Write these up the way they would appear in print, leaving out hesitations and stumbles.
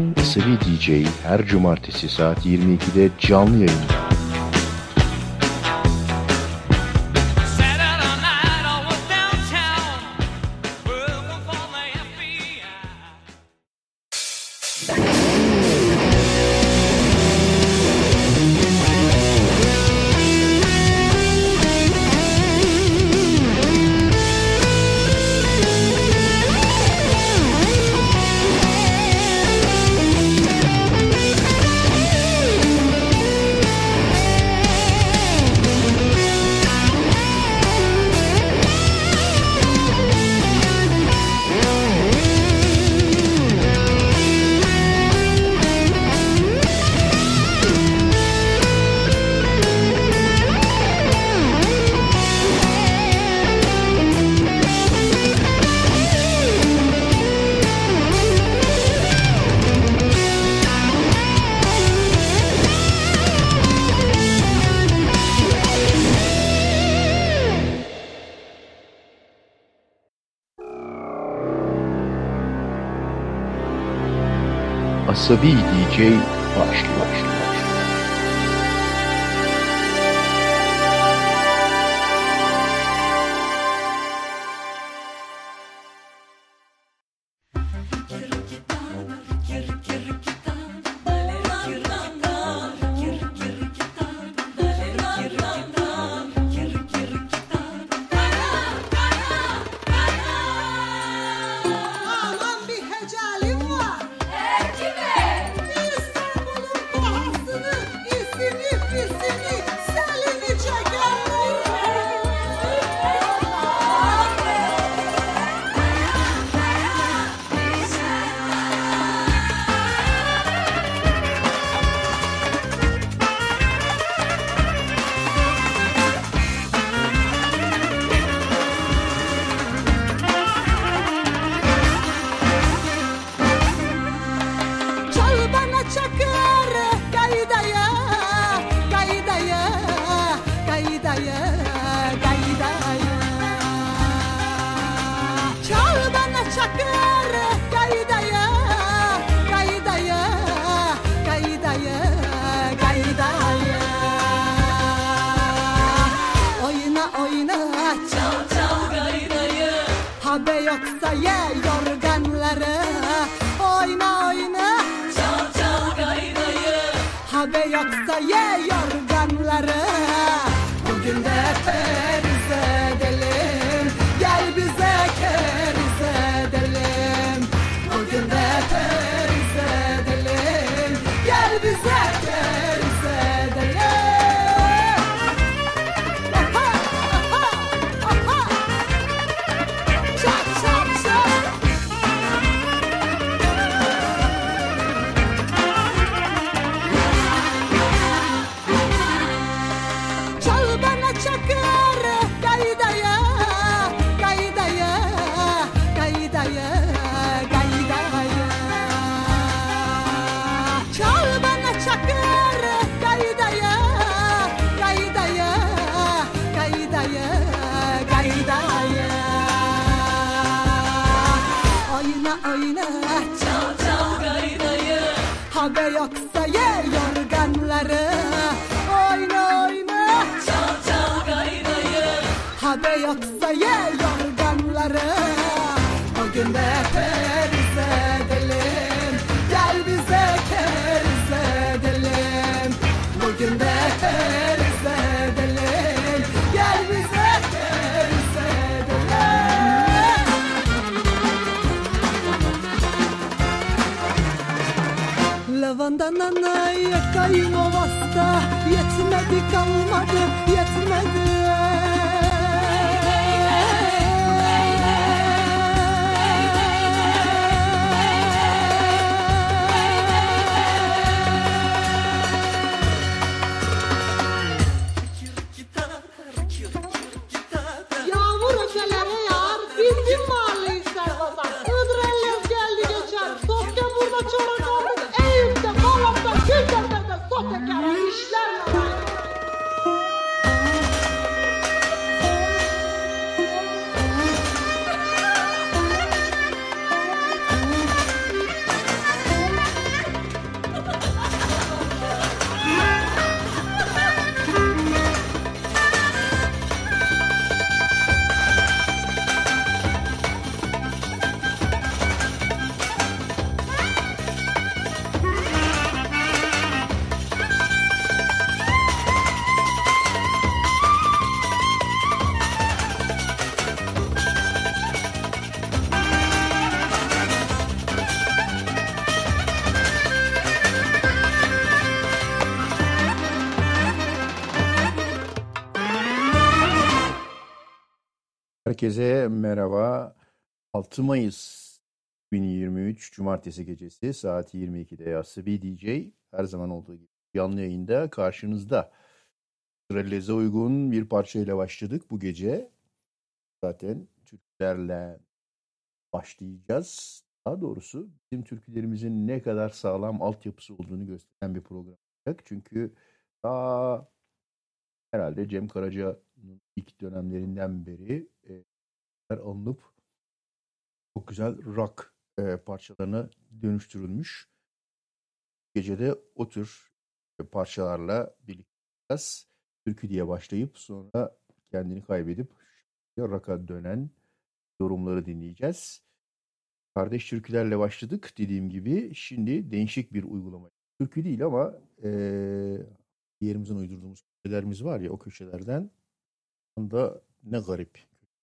Asabi DJ her cumartesi saat 22'de canlı yayında. Asabi DJ başlıyor. Habe yoksa ye yorganları, oyna oyna. Çal çal gaydayı. Habe yoksa ye yorganları. Bugün de periz edelim, gel bize keriz edelim. Bugün de periz edelim, gel bize keriz edelim. Oyna çal çal gaydayı. Habe yoksa ye yorganları. Oyna oyna çal çal gaydayı. Habe yoksa ye yorganları. Bugün de periz edelim, gel bize keriz edelim. Bugün de periz edelim, gel bize keriz edelim. Lavanda nanay kayno vasta, yetmedi kalmadı yetmedi. Yağmur öfelere yağar, bildim mahalleyi ister basar. Iğdırellez geldi geçer, Sofya burada çorak oldu. Eyüp'te, Malat'ta, Kültepe'de, Soteker'e işler var. Herkese merhaba. 6 Mayıs 2023 Cumartesi gecesi saat 22'de Yassıbi DJ her zaman olduğu gibi canlı yayında karşınızda. Trellez'e uygun bir parçayla başladık bu gece. Zaten türkülerle başlayacağız. Daha doğrusu bizim türkülerimizin ne kadar sağlam altyapısı olduğunu gösteren bir program olacak. Çünkü daha herhalde Cem Karaca'nın ilk dönemlerinden beri alınıp çok güzel rock parçalarına dönüştürülmüş. Gecede o tür parçalarla birlikte olacağız. Türkü diye başlayıp sonra kendini kaybedip rock'a dönen yorumları dinleyeceğiz. Kardeş türkülerle başladık dediğim gibi. Şimdi değişik bir uygulama. Türkü değil ama yerimizin uydurduğumuz köşelerimiz var ya, o köşelerden da ne garip.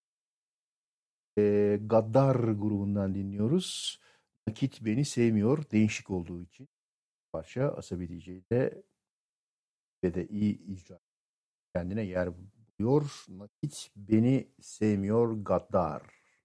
Gaddar grubundan dinliyoruz. Nakit beni sevmiyor, değişik olduğu için. Parça Asabi DJ'de ve de iyi icra kendine yer buluyor. Nakit beni sevmiyor, Gaddar.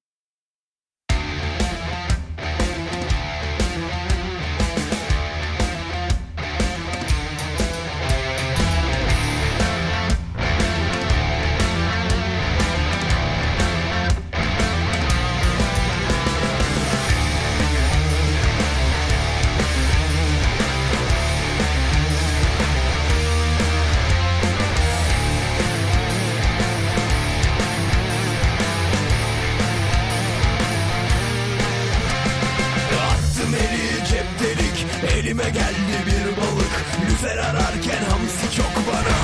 Elime geldi bir balık, lüfer ararken hamsi çok bana.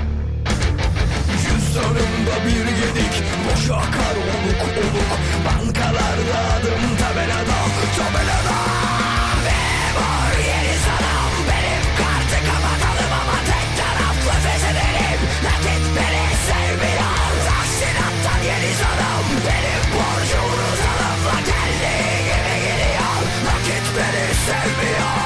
Cüzdanımda bir gedik, boşa akar oluk oluk. Bankalarda adım tabelada, tabelada. Memur yeni sanam, benim kartı kapatalım ama tek taraflı fesederim. Nakit beni sevmiyor, tahsilattan yeni sanam. Benim borcu unutalımla geldiği gibi geliyor. Nakit beni sevmiyor.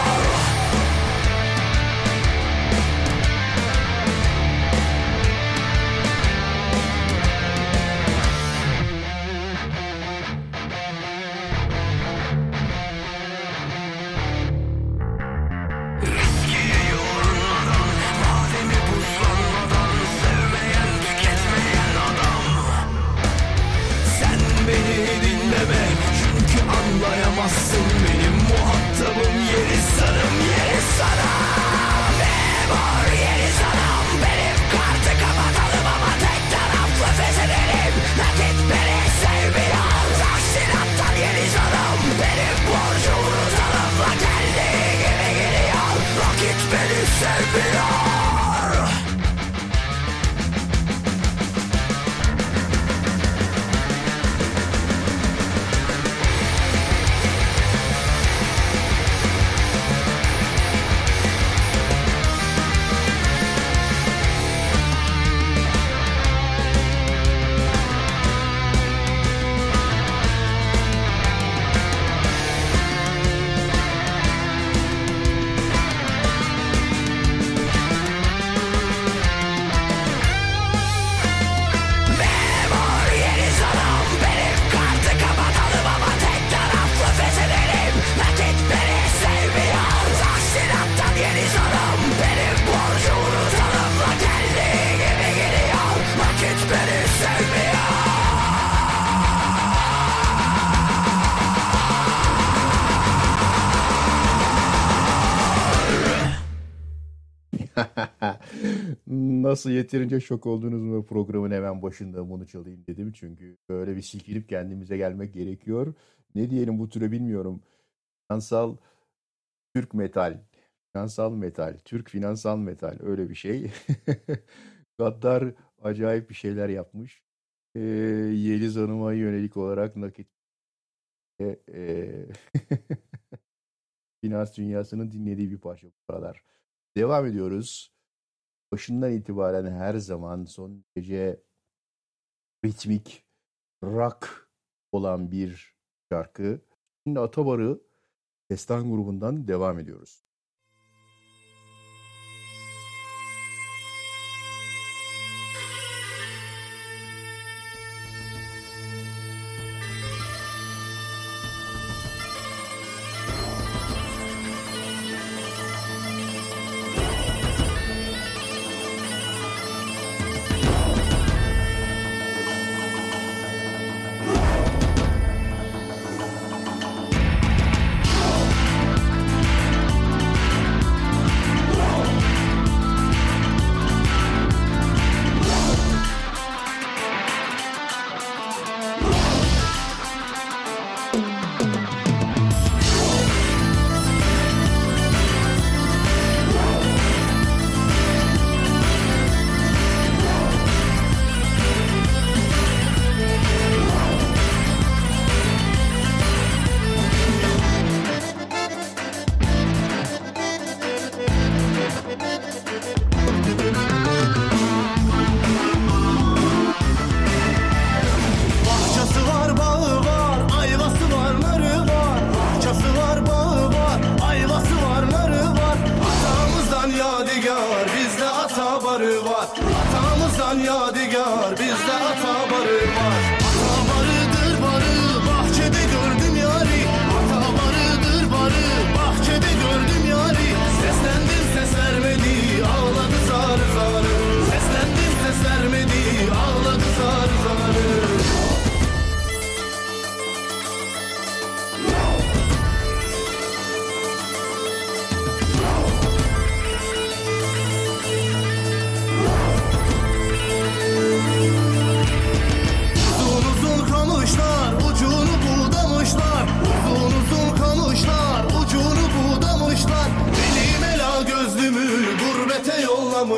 Anlayamazsın benim muhatabım yeri sanım yeri sana. Memur yeri sanam, benim kartı kapatalım ama tek taraflı fesederim. Nakit beni sevmiyor, tahsilattan yeri sanam. Benim borcu unutalımla geldiği gibi geliyor. Nakit beni sevmiyor. Nasıl, yeterince şok oldunuz mu programın hemen başında bunu çalayım dedim. Çünkü böyle bir silkinip kendimize gelmek gerekiyor. Ne diyelim bu türe bilmiyorum. Finansal Türk metal, finansal metal, Türk finansal metal, öyle bir şey. Gaddar acayip bir şeyler yapmış. Yeliz Hanım'a yönelik olarak nakit finans dünyasının dinlediği bir parça bu aralar. Devam ediyoruz. Başından itibaren her zaman son gece ritmik, rock olan bir şarkı. Şimdi Atabar'ı Destan grubundan devam ediyoruz.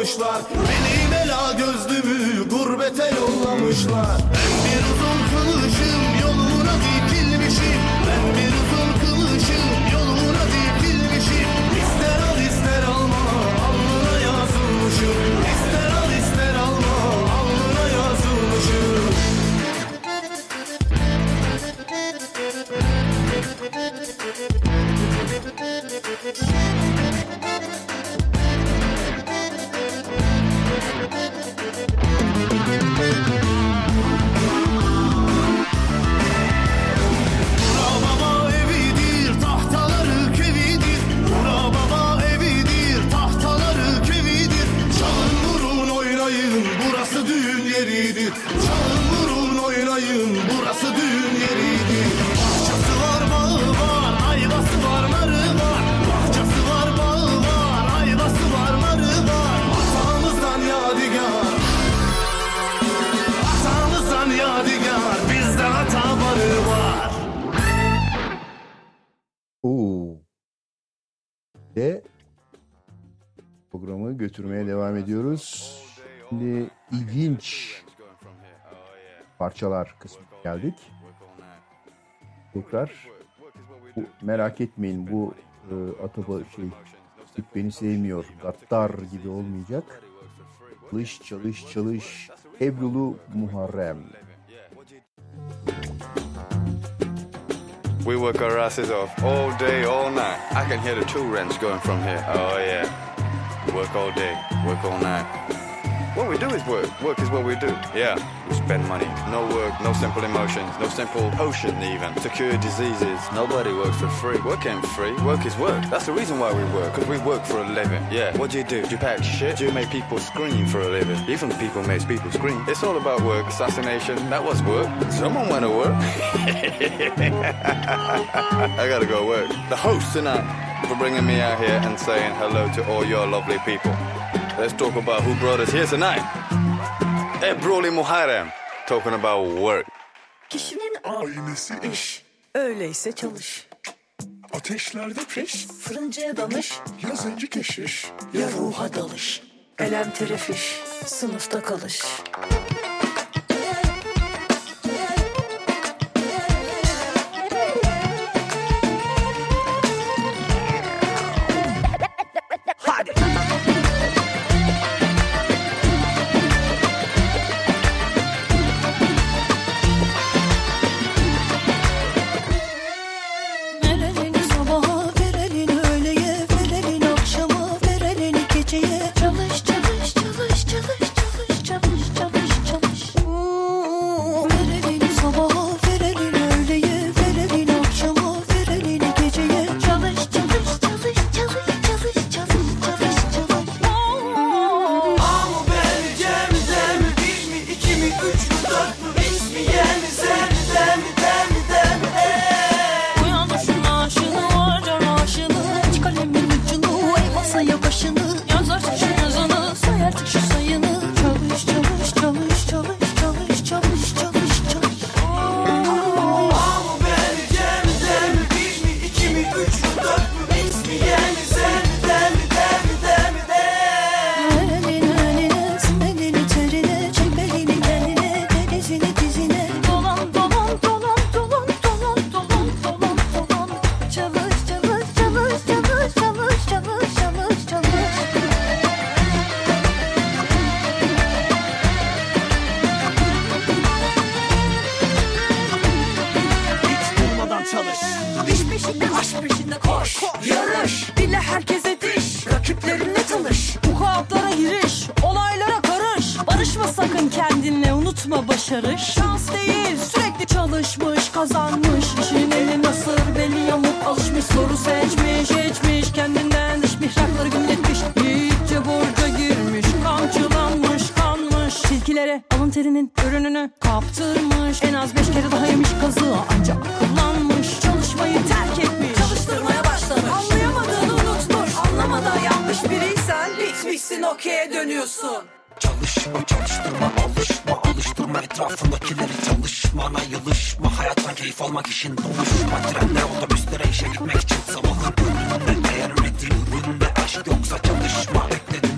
yollamışlar. Benim ela gözlümü gurbete yollamışlar. Ben bir uzun kılıçım yoluna dikilmişim. Ben bir uzun kılıçım yoluna dikilmişim. İster al ister alma alnına yazılmışım. İster al ister alma alnına yazılmışım. Burası düğün yeriydi. Çalın vurun oynayın, burası düğün yeriydi. Bahçesi var, bağı var, ayvası var, narı var. Bahçesi var, bağı var, ayvası var, narı var. Atamızdan yadigar, atamızdan yadigar, bizde ata barı var. Ve programı götürmeye devam ediyoruz. Şimdi ilginç parçalar kısmına geldik. Tekrar merak etmeyin, bu tip beni sevmiyor, Gattar gibi olmayacak. Çalış çalış çalış Ebrulu Muharrem. We work our asses off all day, all night. I can hear the tool wrench going from here. Oh yeah. Work all day, work all night. What we do is work. Work is what we do. Yeah. We spend money. No work, no simple emotions, no simple potion even to cure diseases. Nobody works for free. Work ain't free. Work is work. That's the reason why we work. Because we work for a living. Yeah. What do? Do you pack shit? Do you make people scream for a living? Even people make people scream. It's all about work. Assassination. That was work. Someone went to work. I gotta go work. The host tonight for bringing me out here and saying hello to all your lovely people. Let's talk about who brought us here tonight. Ebruli Muharrem, talking about work. Kişinin aynesi iş, öyleyse çalış. Ateşlerde piş, fırıncıya danış. Ya zenci keşiş, ya ruha dalış. Elem terefiş, sınıfta kalış. İşin doluşma trenler otobüslere işe gitmek için sabahın önünde değermediğin üründe aşk yoksa çalışma bekle dünya senin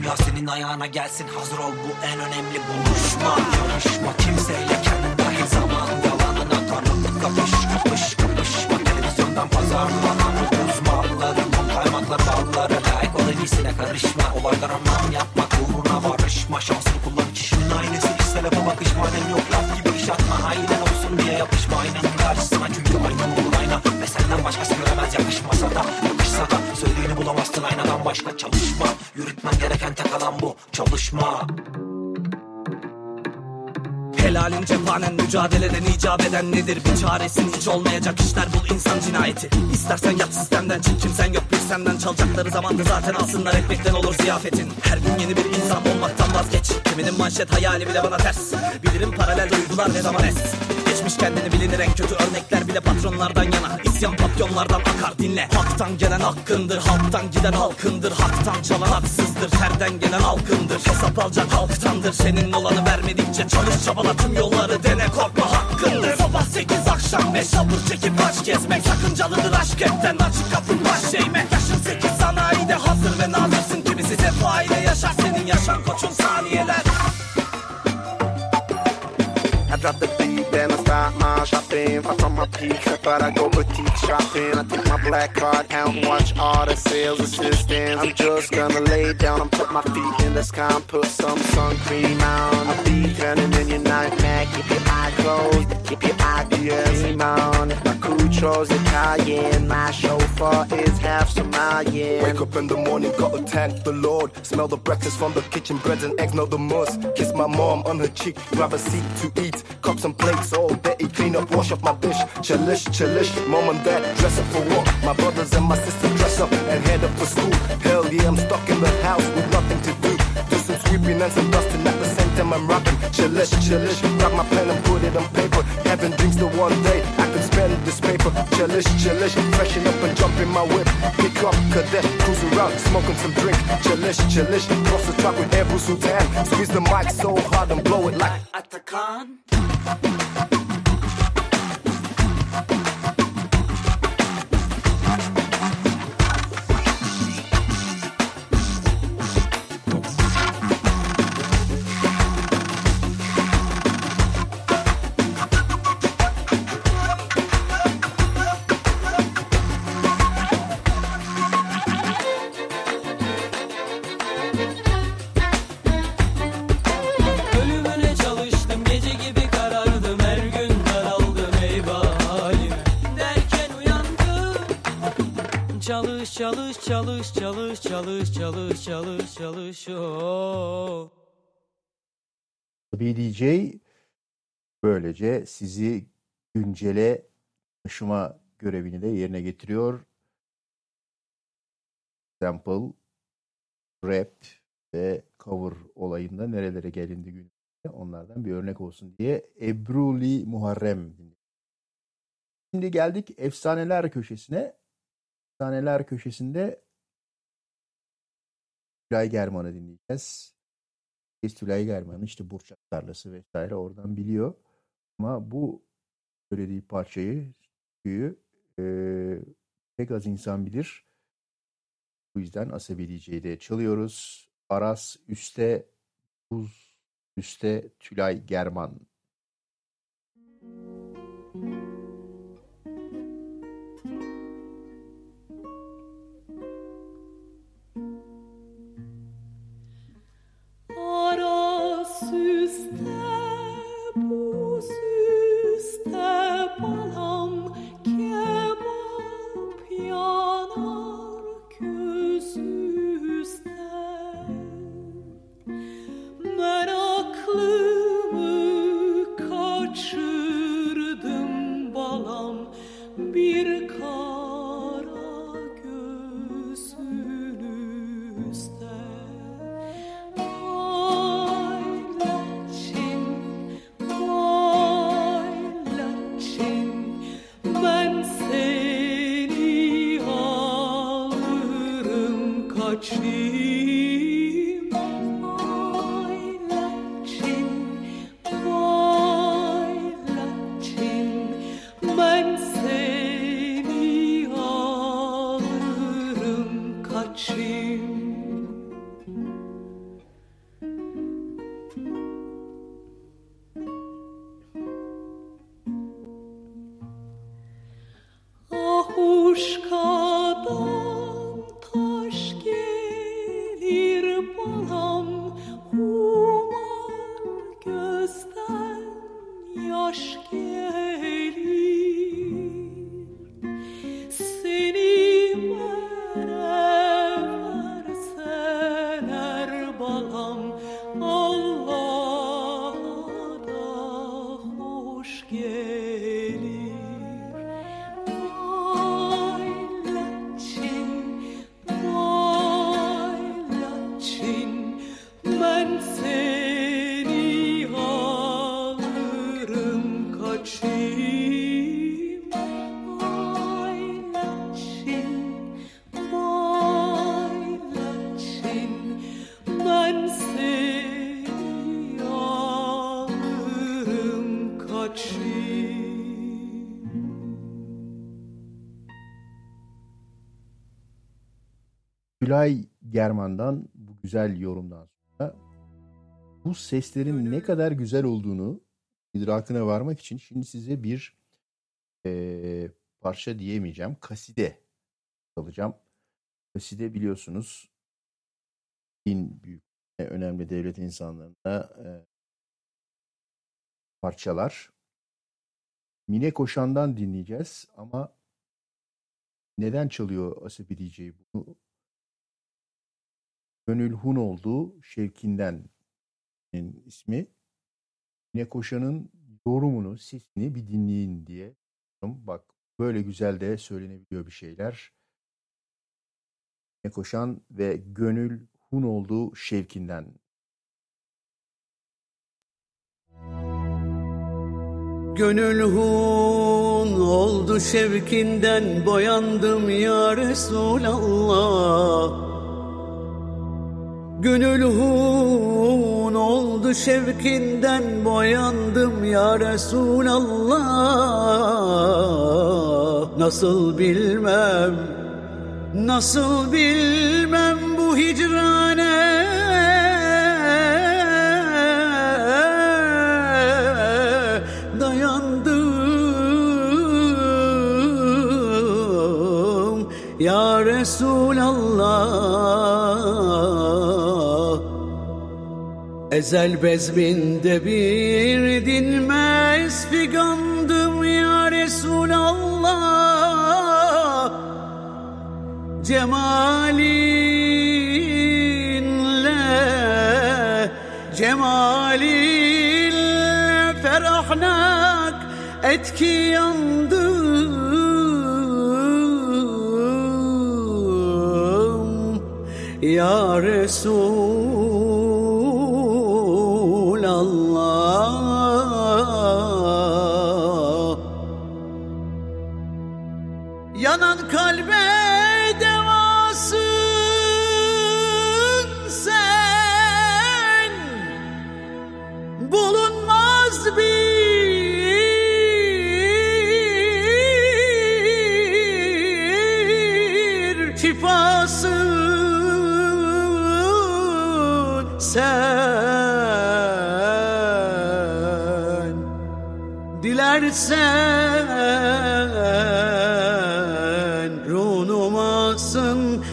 Senin ayağına gelsin, hazır ol, bu en önemli buluşma. Yarışma kimseyle, kendin dahil, zaman yalanına tanık. Kapış kapış kapışma, televizyondan pazarlanan ucuz malları, kaymaklar balları. Layık ol, en iyisine karışma, olaylar anlam yapmak uğruna varışma. Şansını kullan, kişinin aynısı, iş tarafa bakış. Madem yok laf gibi iş atma, aynen olsun diye yapışma aynanın karşısına. Çünkü aynan olur ayna ve senden başkası göremez, yakışmasa da yakışsa da. Söylediğini bulamazsın aynadan başka, çalışma. Yürütmen gereken tek alan bu, çalışma. Helalin cephanen, mücadeleden icap eden nedir? Bir çaresini hiç olmayacak işler bul, insan cinayeti. İstersen yat sistemden, çık kimsen yok bir senden. Çalacakları zamanda zaten alsınlar, ekmekten olur ziyafetin. Her gün yeni bir insan olmaktan vazgeç. Kiminin manşet hayali bile bana ters. Bilirim paralel duygular ne zaman es. Geçmiş kendini bilinir en kötü örnekler bile patronlardan yana. İsyan papyonlardan akar, dinle. Haktan gelen hakkındır, halktan giden halkındır. Haktan çalan haksızdır, terden gelen halkındır. Hesap alacak halktandır, senin olanı vermedikçe çalış çabala, tüm yolları dene, korkma hakkındır. Sabah 8 akşam 5 sabır çekip aç gezmek sakıncalıdır, aşk etten açık kapın baş eğmek. Yaşın 8 sanayide hazır ve nazirsın, kimisi sefa ile yaşar, senin yaşam koçun saniyeler. I drop the beat, then I start my shopping. Far from my peak, I thought I'd go boutique shopping. I take my black card out and watch all the sales assistants. I'm just gonna lay down and put my feet in the sky and put some sun cream on. I'll be turning in your nightmare. Keep your eye closed, keep your ideas on. My crew chose Italian, my chauffeur is half Somalian. Wake up in the morning, gotta thank the Lord. Smell the breakfast from the kitchen, bread and eggs, not the must. Kiss my mom on her cheek, grab a seat to eat. Cups and plates all dirty, clean up, wash off my dish. Chillish, chillish, mom and dad dress up for work. My brothers and my sisters dress up and head up to school. Hell yeah, I'm stuck in the house with nothing to do. Do some sweeping and some dusting at the same time I'm rapping. Chillish, chillish, grab my pen and put it on paper. Having dreams till one day I can spend this paper. Chillish, chillish, freshen up and jump in my whip. Pick up cadet, cruise around, smoking some drink. Chillish, chillish, cross the track with Ebru Sultan. Squeeze the mic so hard and blow it like Atakan. Çalış. BDJ böylece sizi güncele taşıma görevini de yerine getiriyor. Sample, rap ve cover olayında nerelere gelindi günümüzde, onlardan bir örnek olsun diye Ebruli Muharrem. Şimdi geldik efsaneler köşesine. Efsaneler köşesinde Tülay German'ı dinleyeceğiz. Tülay German'ın işte Burçak Tarlası vesaire oradan biliyor. Ama bu söylediği parçayı pek az insan bilir. Bu yüzden Asabi DJ'de çalıyoruz. Aras üste, buz üste, Tülay German. Aras üste, buz üste, balam kebap yanar köz üste. Ben aklımı kaçırdım balam bir kara gözün üste. Yuşkadan taş gelir balam, humar gözden yaş gelir. Seni bana verseler balam, Allah'a da hoş gelir. Vay laçin, ben seni alırım kaçayım. Vay laçin, ben seni alırım kaçayım. Gülay German'dan bu güzel yorumdan sonra bu seslerin ne kadar güzel olduğunu idrakına varmak için şimdi size bir parça diyemeyeceğim. Kaside çalacağım. Kaside biliyorsunuz din büyük önemli devlet insanlarına parçalar. Mine Koşan'dan dinleyeceğiz ama neden çalıyor Asabi DJ bunu? Gönül Hun olduğu Şevkinden ismi. Mine Koşan'ın yorumunu, sesini bir dinleyin diye. Bak böyle güzel de söylenebiliyor bir şeyler. Mine Koşan ve Gönül Hun olduğu Şevkinden. Gönül hun oldu şevkinden, boyandım ya Resulallah. Gönül hun oldu şevkinden, boyandım ya Resulallah. Nasıl bilmem bu hicrane, dayandım ya Resulallah. Ezel bezminde bir dinmez figandım ya Resulallah. Cemalinle ferahnak etki yandım ya Resulallah. Yanan kalbe devasın sen, bulunmaz bir şifasın sen. Dilersen runumasın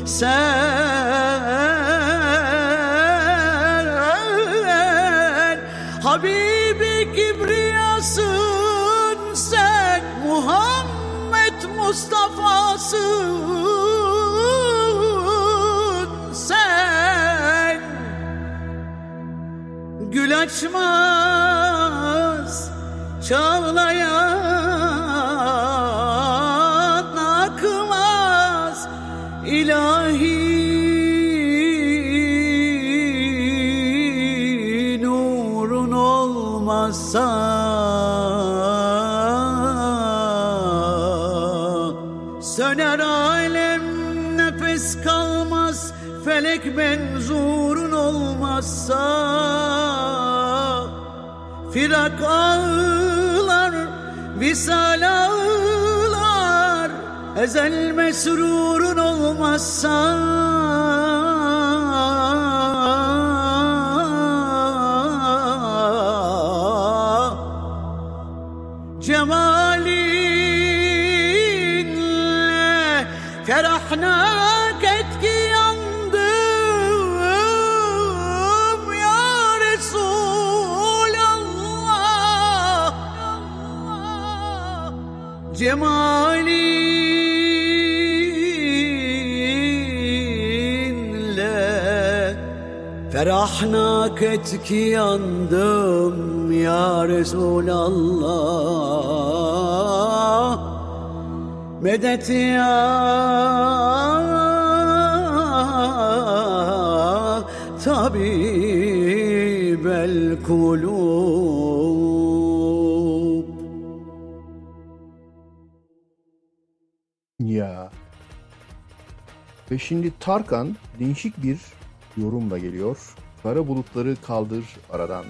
sen. Habibi kibriyasın sen. Muhammed Mustafa'sın sen. Gül açmaz çağlayan akmaz ilahi nurun olmazsa. Söner alem, nefes kalmaz, felek menzurun olmazsa. Firak ağlar, visal ağlar, ezel mesrurun olmazsa. Cemalinle Ferahnak etki yandım ya Resulallah. Cemalinle ferahnak etki yandım ya Resulallah. Medet ya tabibel kulub. Ya. Ve şimdi Tarkan değişik bir yorumla geliyor. Kara bulutları kaldır aradan.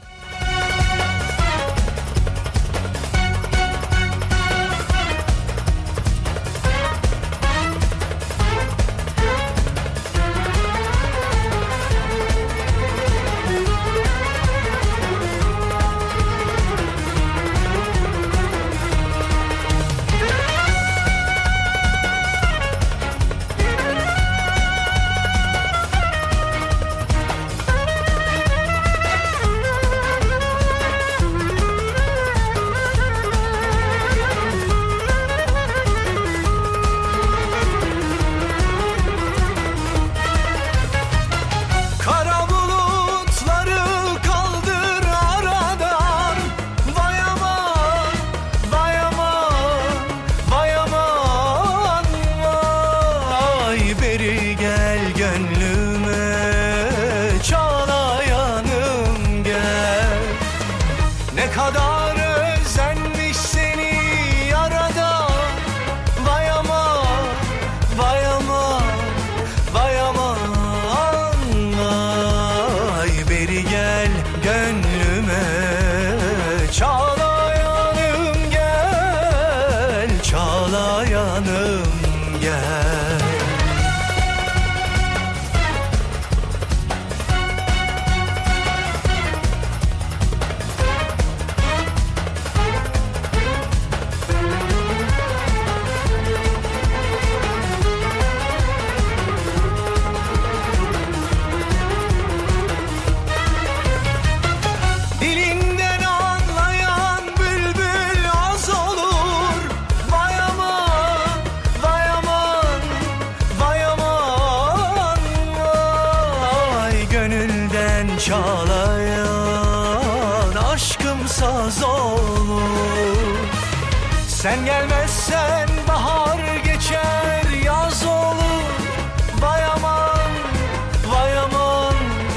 Sen gelmezsen bahar geçer, yaz olur. Vay aman, vay aman,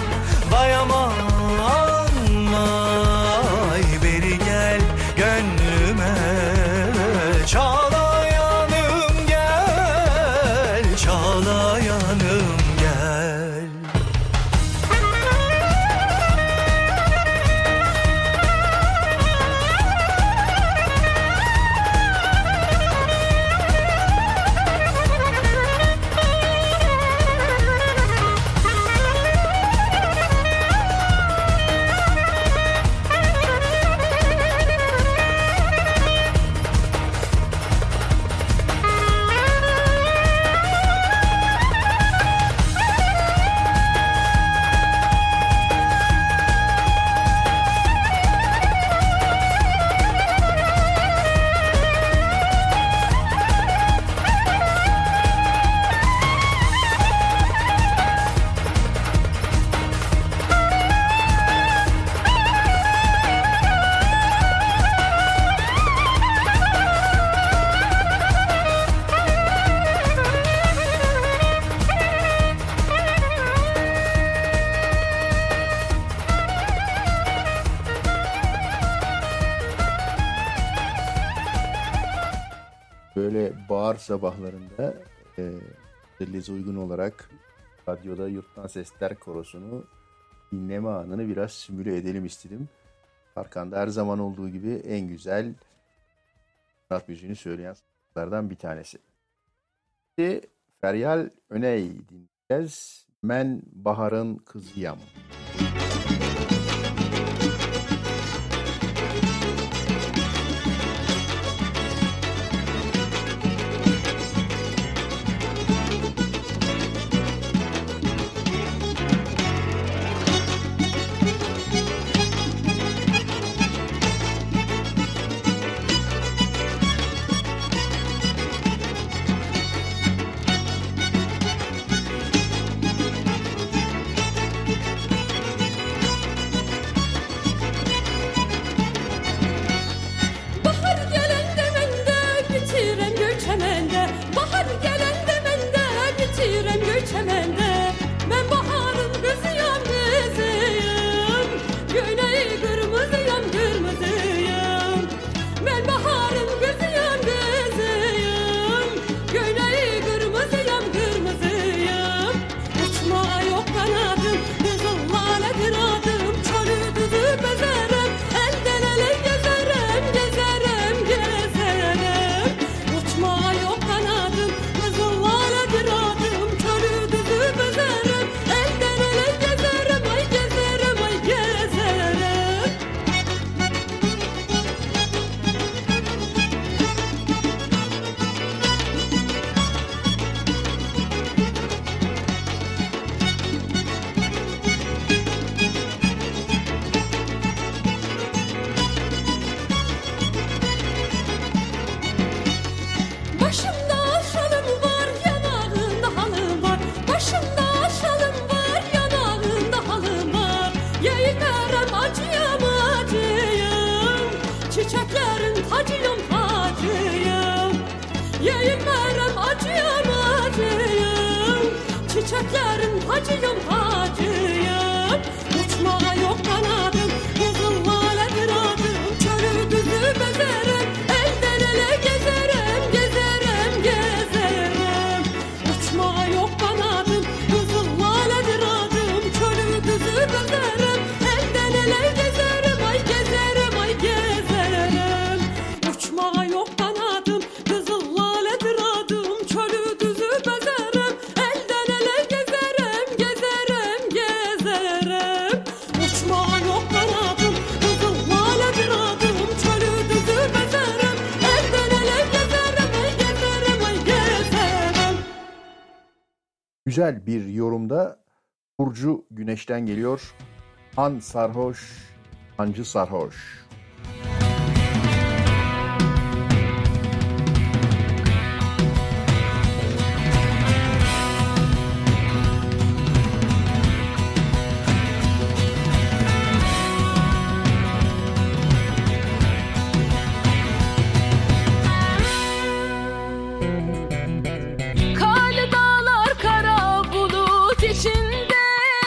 vay aman. Ay beri gel gönlüme, çağlayanım gel, çağlayanım gel. Böyle bahar sabahlarında Lize uygun olarak radyoda Yurttan Sesler Korosu'nu dinleme anını biraz simüle edelim istedim. Tarkan'da her zaman olduğu gibi en güzel sanat müziğini söyleyen sanatçılardan bir tanesi. Şimdi Feryal Öney dinleyeceğiz. Ben Bahar'ın kızıyam. Kalplerin hacıyım hacıyım. Uçmaya yok kanadım, kızıl laledir adım. Çölü düzü bezerim, elden ele gezerim, gezerim, gezerim. Uçmaya yok kanadım, kızıl laledir adım. Çölü düzü bezerim, elden ele gezerim, ay gezerim, ay gezerim. Uçmaya yok kanadım, kızıl laledir adım. Çölü düzü bezerim, elden ele gezerim, gezerim, gezerim. Uçmaya yok kanadım, kızıl laledir adım. Çölü düzü bezerim, elden ele gezerim, ay gezerim, ay gezerim. Güzel bir yorumda Burcu Güneş'ten geliyor. Han sarhoş, hancı sarhoş. Karlı dağlar kara bulut içinde,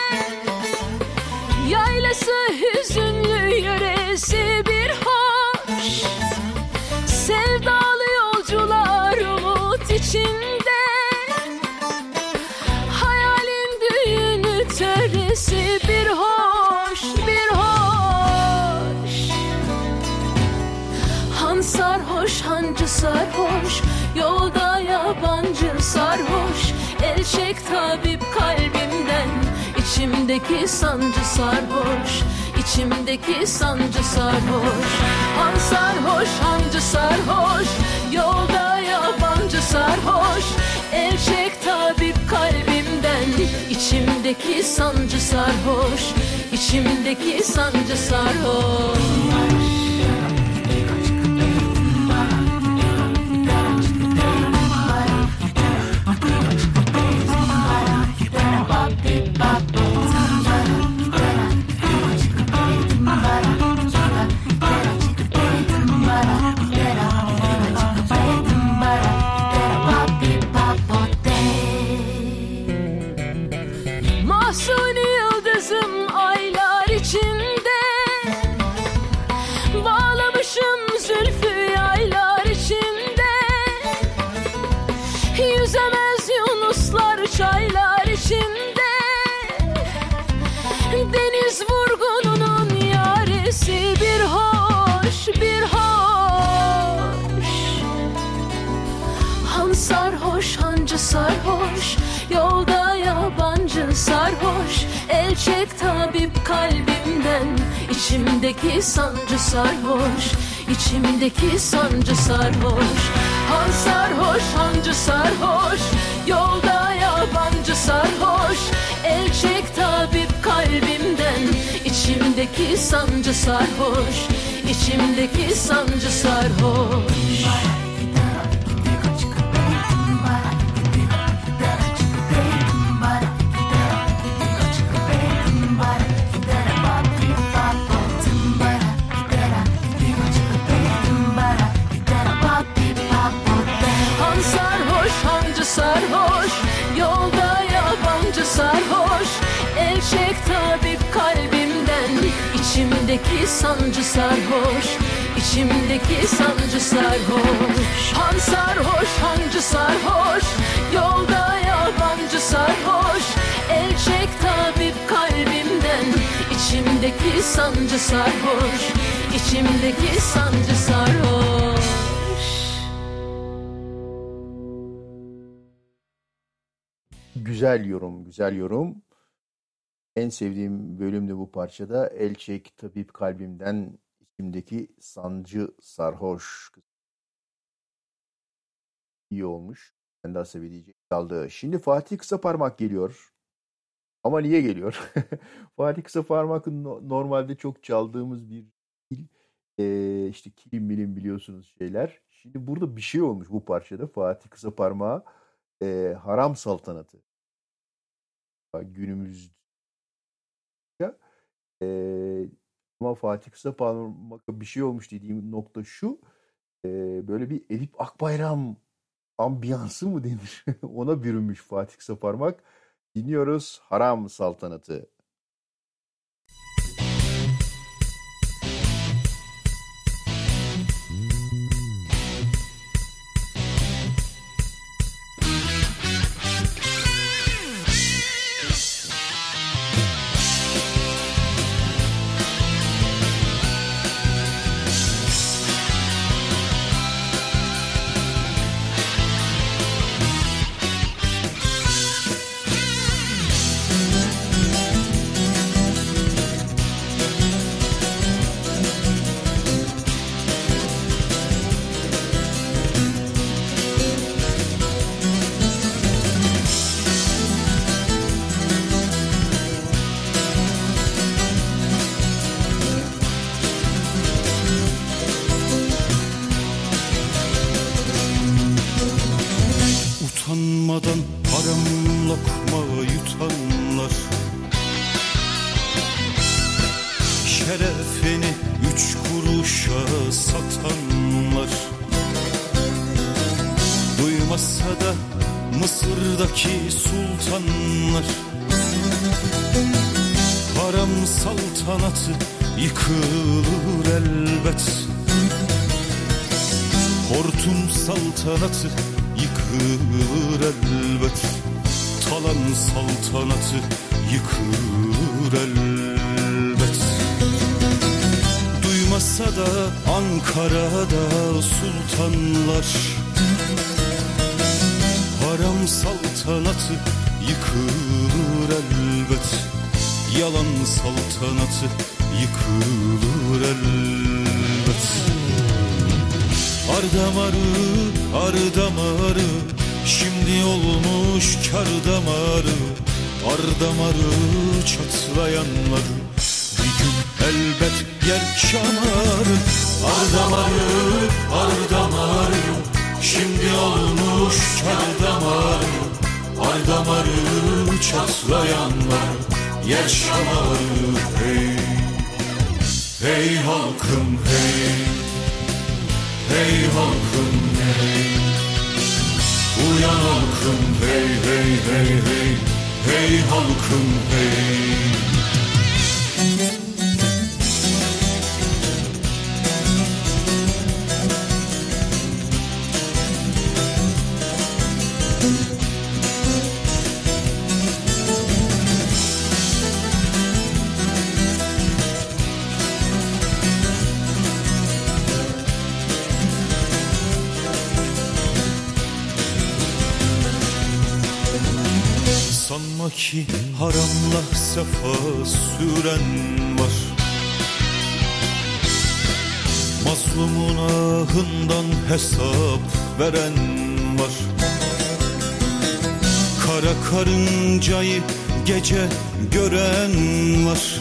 yaylası hüzünlü yöresi bir hoş. Sevdalı yolcular umut içinde, hayalin düğünü töresi bir hoş, bir hoş. Han sarhoş, hancı sarhoş, yolda yabancı sarhoş. El çek tabip kalbimden, içimdeki sancı sarhoş, içimdeki sancı sarhoş. Han sarhoş, hancı sarhoş, yolda yabancı sarhoş. El çek tabip kalbimden, içimdeki sancı sarhoş, içimdeki sancı sarhoş. Mahsuni yıldızım aylar içinde, bağlamışım zülfü yaylar içinde. Yüzemez yunuslar çaylar içinde, deniz vurgununun yaresi bir hoş, bir hoş. Han sarhoş, hancı sarhoş, yolda yabancı sarhoş. El çek tabip kalbimden, içimdeki sancı sarhoş, içimdeki sancı sarhoş. Han sarhoş, hancı sarhoş, yolda yabancı sarhoş. El çek tabip kalbimden, içimdeki sancı sarhoş, içimdeki sancı sarhoş. Han sarhoş, hancı sarhoş, yolda yabancı sarhoş. El çek tabip kalbimden, içimdeki sancı sarhoş, içimdeki sancı sarhoş. Han sarhoş, hancı sarhoş, yolda yabancı sarhoş. El çek tabip kalbimden, içimdeki sancı sarhoş, içimdeki sancı sarhoş. Güzel yorum, güzel yorum. En sevdiğim bölüm de bu parçada. El çek tabip kalbimden, içimdeki sancı sarhoş. İyi olmuş. Ben de Asabi diyecek kaldı. Şimdi Fatih Kısaparmak geliyor. Ama niye geliyor? Fatih Kısaparmak normalde çok çaldığımız bir dil. İşte kilim milim biliyorsunuz şeyler. Şimdi burada bir şey olmuş bu parçada. Fatih Kısaparmak'a Haram Saltanatı. Günümüz ama Fatih Kısaparmak'a bir şey olmuş dediğim nokta şu. Böyle bir Edip Akbayram ambiyansı mı denir? Ona bürünmüş Fatih Kısaparmak. Dinliyoruz Haram Saltanatı. Utanmadan haram lokma yutanlar, şerefini 3 kuruşa satanlar. Duymasa da Mısır'daki sultanlar, haram saltanatı yıkılır elbet. Hortum saltanatı yıkılır elbet. Talan saltanatı yıkılır elbet. Duymasa da Ankara'da sultanlar, haram saltanatı yıkılır elbet. Yalan saltanatı yıkılır elbet. Ardamarı, ardamarı, şimdi olmuş kar damarı. Ardamarı çatlayanlar bir gün elbet yer şamarı. Ardamarı, ardamarı, şimdi olmuş kar damarı. Ardamarı çatlayanlar yer şamarı. Hey, hey halkım hey. Hey halkım hey, uyan halkım hey hey hey hey, hey halkım hey. Sanma ki haramla sefa süren var, mazlumun ahından hesap veren var. Kara karıncayı gece gören var.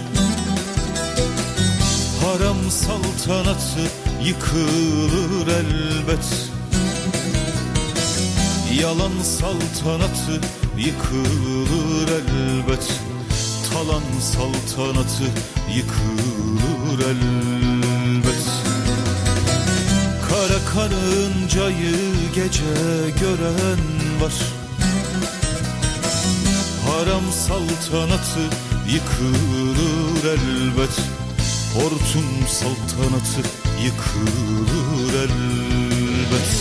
Haram saltanatı yıkılır elbet. Yalan saltanatı yıkılır elbet. Talan saltanatı yıkılır elbet. Kara karıncayı gece gören var. Haram saltanatı yıkılır elbet. Hortum saltanatı yıkılır elbet.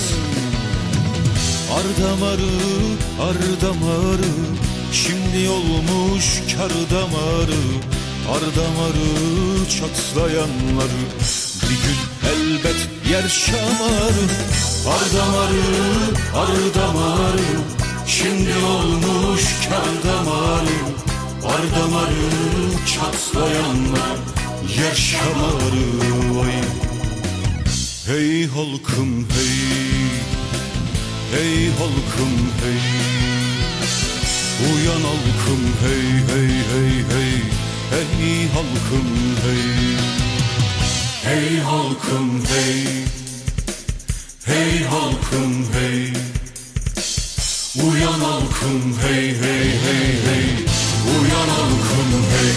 Ardamarı, ardamarı, şimdi olmuş kar damarı. Ardamarı çatlayanları bir gün elbet yer şamarı. Ardamarı, ardamarı, şimdi olmuş kar damarı. Ardamarı çatlayanlar yer şamarı. Vay. Hey halkım hey, hey halkım hey, uyan halkım hey hey hey hey, hey halkım hey. Hey halkım hey, hey halkım hey, uyan halkım hey hey hey hey, uyan halkım hey.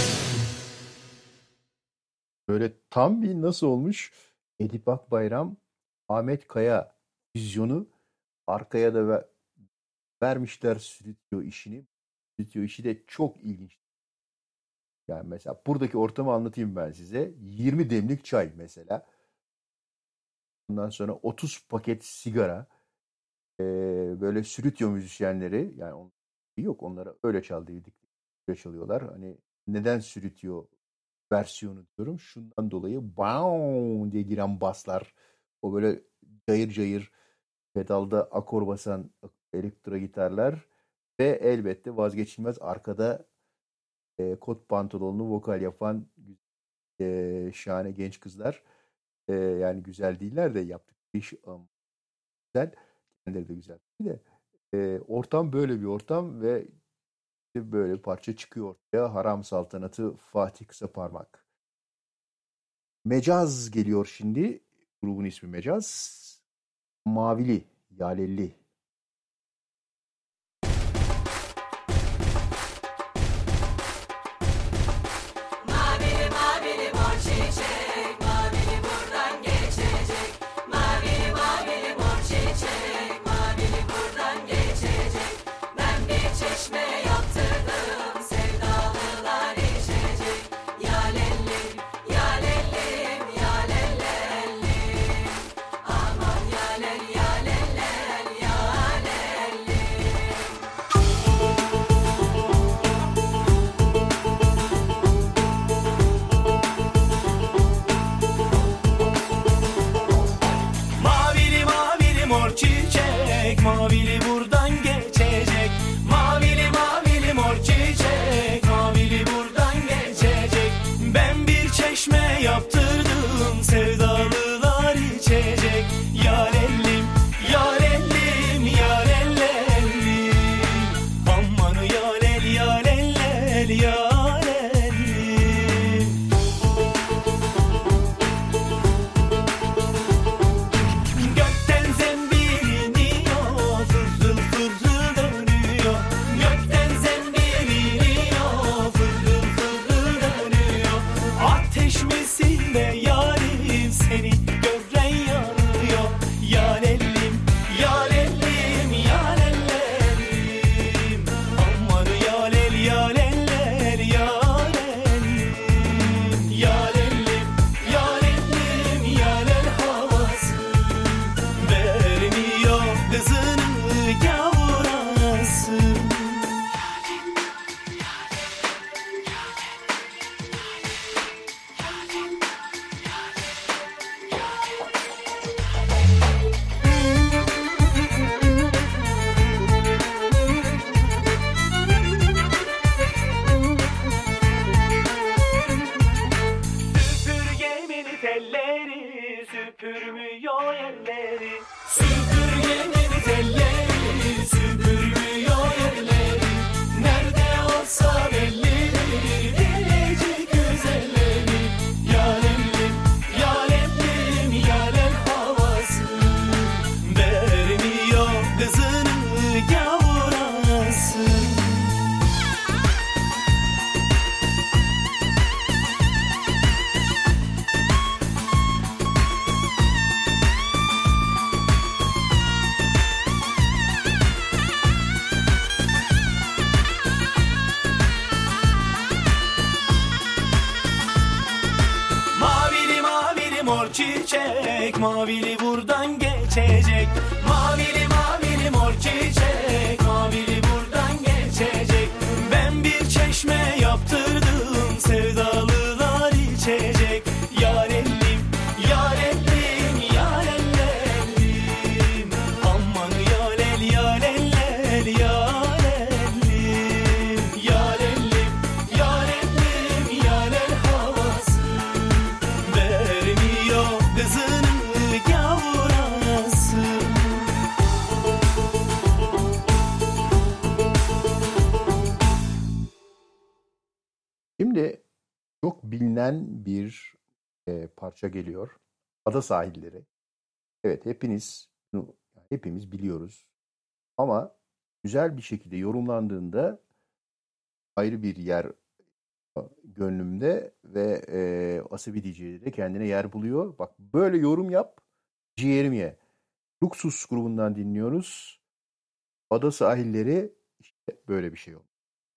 Böyle tam bir nasıl olmuş? Edip Akbayram, Ahmet Kaya vizyonu, arkaya da vermişler stüdyo işini. stüdyo işi de çok ilginç. Yani mesela buradaki ortamı anlatayım ben size. 20 demlik çay mesela. Ondan sonra 30 paket sigara. Böyle stüdyo müzisyenleri yani yok onlara öyle çal dedik. Öyle çalıyorlar. Hani neden stüdyo versiyonu diyorum. Şundan dolayı bam diye giren baslar. O böyle cayır cayır pedalda akor basan elektro gitarlar ve elbette vazgeçilmez arkada kot pantolonlu vokal yapan şahane genç kızlar. Yani güzel değiller de yaptıkları iş güzel. Kendileri de güzel. Bir de ortam böyle bir ortam ve böyle bir parça çıkıyor ortaya. Haram Saltanatı Fatih Kısaparmak. Mecaz geliyor şimdi. Grubun ismi Mecaz. Mavili, Yalelli. Mavili mavili mor çiçek, mavili buradan geçecek. Mavili mavili mor çiçek, mavili buradan geçecek. Ben bir çeşme yaptırdım, sevdalılar içecek. Yalellim, yalellim, yalellellim. Aman yalel, yalellel, yalellim. Mavili mavili mor çiçek, mavili buradan geçecek. Mavili mavili mor çiçek, mavili buradan geçecek. Ben bir çeşme yaptırdım, sevdalılar içecek. Yalellim, yalellim, yalellellim. Aman yalel, yalellel, yalellim. Gökten zembil iniyor, fırıl fırıl dönüyor. Gökten zembil iniyor, fırıl fırıl dönüyor. Ateş misin be yarim, seni gören yanıyor. Yalellim, yalellim, yalellellim. Aman yalel, yaleller, yalellim. Yalellim, yalellim, yalel havası. Vermiyor kızını yavrası. Süpürgemin telleri süpürmüyor yerleri. Süpürgemin telleri süpürmüyor yerleri. Nerede olsa belli gelecek güzelleri. Yalemlim, yalemlim, yalem havası. Vermiyor kızını yavrası. Mavili mavili mor çiçek, mavili buradan geçecek. Mavili mavili mor çiçek, mavili buradan geçecek. Ben bir çeşme yaptırdım, sevdalılar içecek. Yalellim, yalellim, yalellellim. Aman yalel, yaleller, yalellim. Yalellim, yalellim, yalel havası. Vermiyor kızını yavrası. Şimdi çok bilinen bir parça geliyor. Ada Sahilleri. Evet hepimiz biliyoruz. Ama güzel bir şekilde yorumlandığında ayrı bir yer gönlümde ve Asabi DJ'de de kendine yer buluyor. Bak böyle yorum yap, ciğerim ye. Luxus grubundan dinliyoruz. Ada Sahilleri işte böyle bir şey oldu.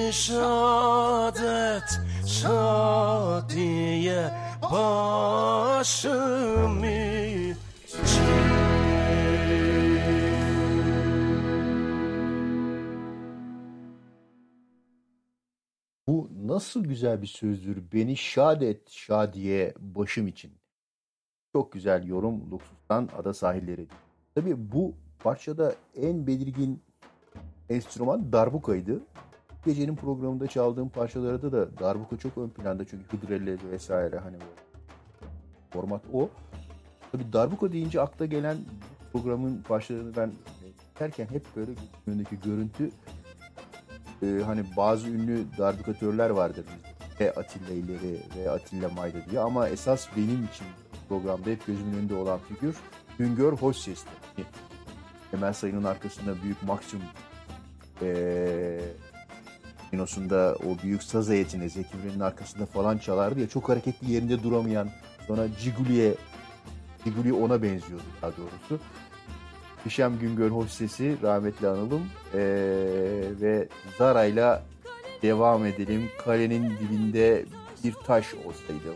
şadet şadiye başım için. Bu nasıl güzel bir sözdür. Beni şad et şadiye başım için. Çok güzel yorum Luxus'tan Ada Sahilleri. Tabii bu parçada en belirgin enstrüman darbukaydı. Gecenin programında çaldığım parçalarda da darbuka çok ön planda çünkü hıdrellez vesaire hani format o. Tabii darbuka deyince akla gelen programın parçalarını ben derken hep böyle önündeki görüntü hani bazı ünlü darbukatörler vardır bizde. Ve Atilla İleri ve Atilla Mayda diye ama esas benim için programda hep gözümün önünde olan figür Güngör Hoşses'ti. Emel Sayın'ın arkasında büyük maksimum Pinos'unda o büyük saz heyetini Zeki Müren'in arkasında falan çalardı ya çok hareketli yerinde duramayan sonra Ciguli ona benziyordu daha doğrusu. Hişam Güngör Hoşses'i rahmetli analım ve Zara'yla devam edelim. Kalenin dibinde bir taş olsaydı.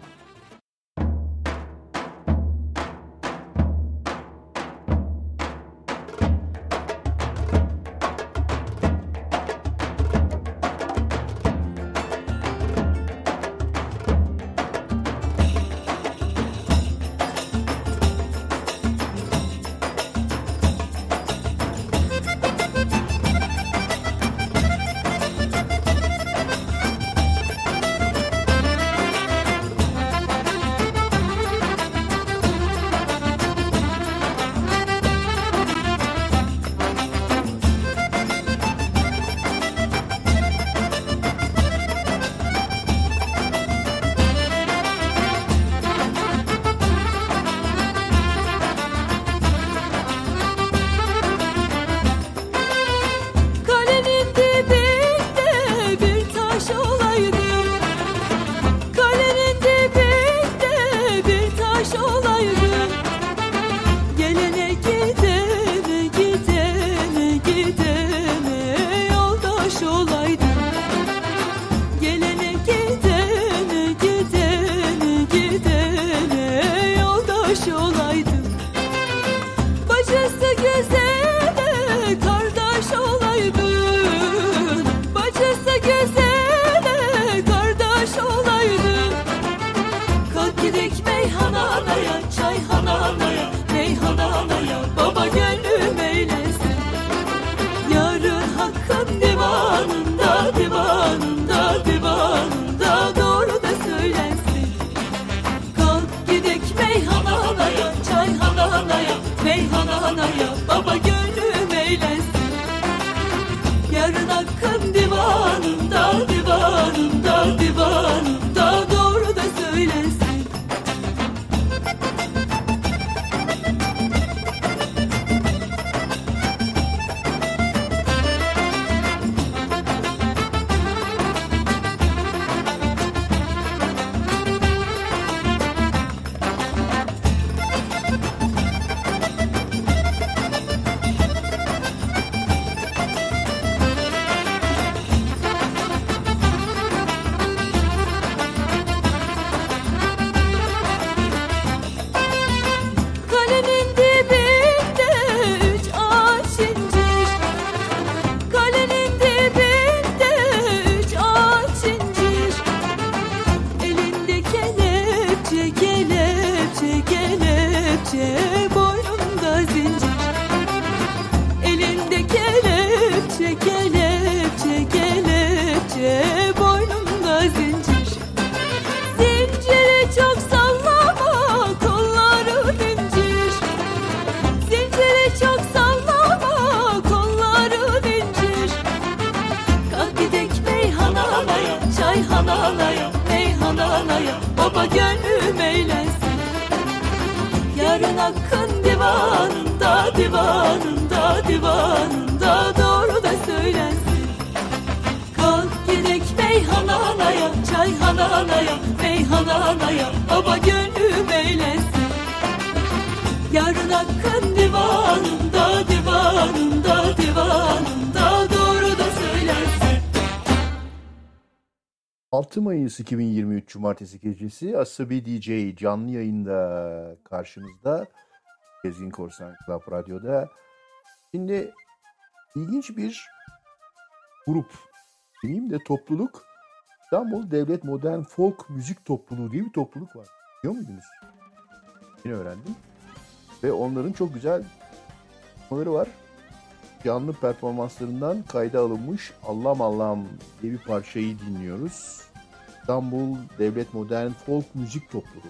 6 Mayıs 2023 Cumartesi gecesi Asabi DJ canlı yayında karşınızda. Gezgin Korsan Club Radyo'da. Şimdi ilginç bir grup, demeyeyim de topluluk. İstanbul Devlet Modern Folk Müzik Topluluğu diye bir topluluk var. Biliyor muydunuz? Yeni öğrendim. Ve onların çok güzel konuşmaları var. Canlı performanslarından kayda alınmış Allah'ım Allah'ım diye bir parçayı dinliyoruz. İstanbul Devlet Modern Folk Müzik Topluluğu.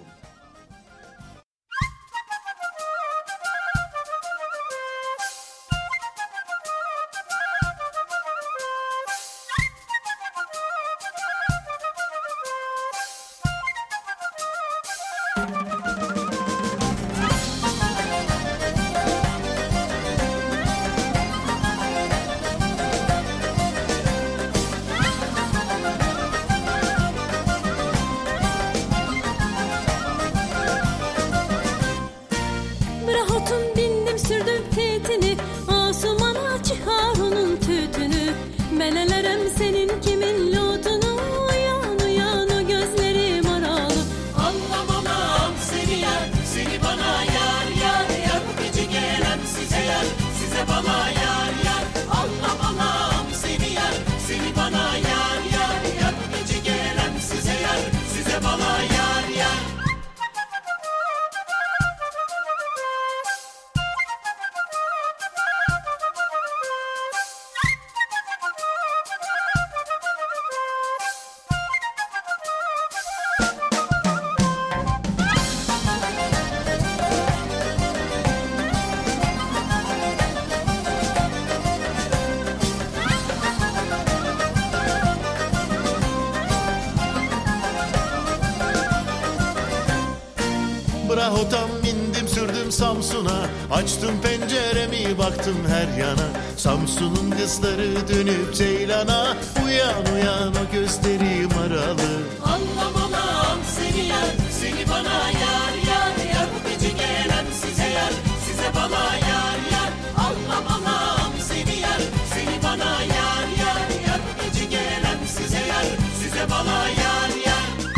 Braho'dan bindim sürdüm Samsun'a, açtım penceremi baktım her yana. Samsun'un kızları dönüp Ceylan'a, uyan uyan o gözlerim aralı. Allah'ım Allah'ım seni yer, seni bana yar yar yar. Bu gece gelen size yer, size bana yar yar. Allah'ım Allah'ım seni yer, seni bana yar yar yar. Bu gece gelen size yer, size bana yar yar.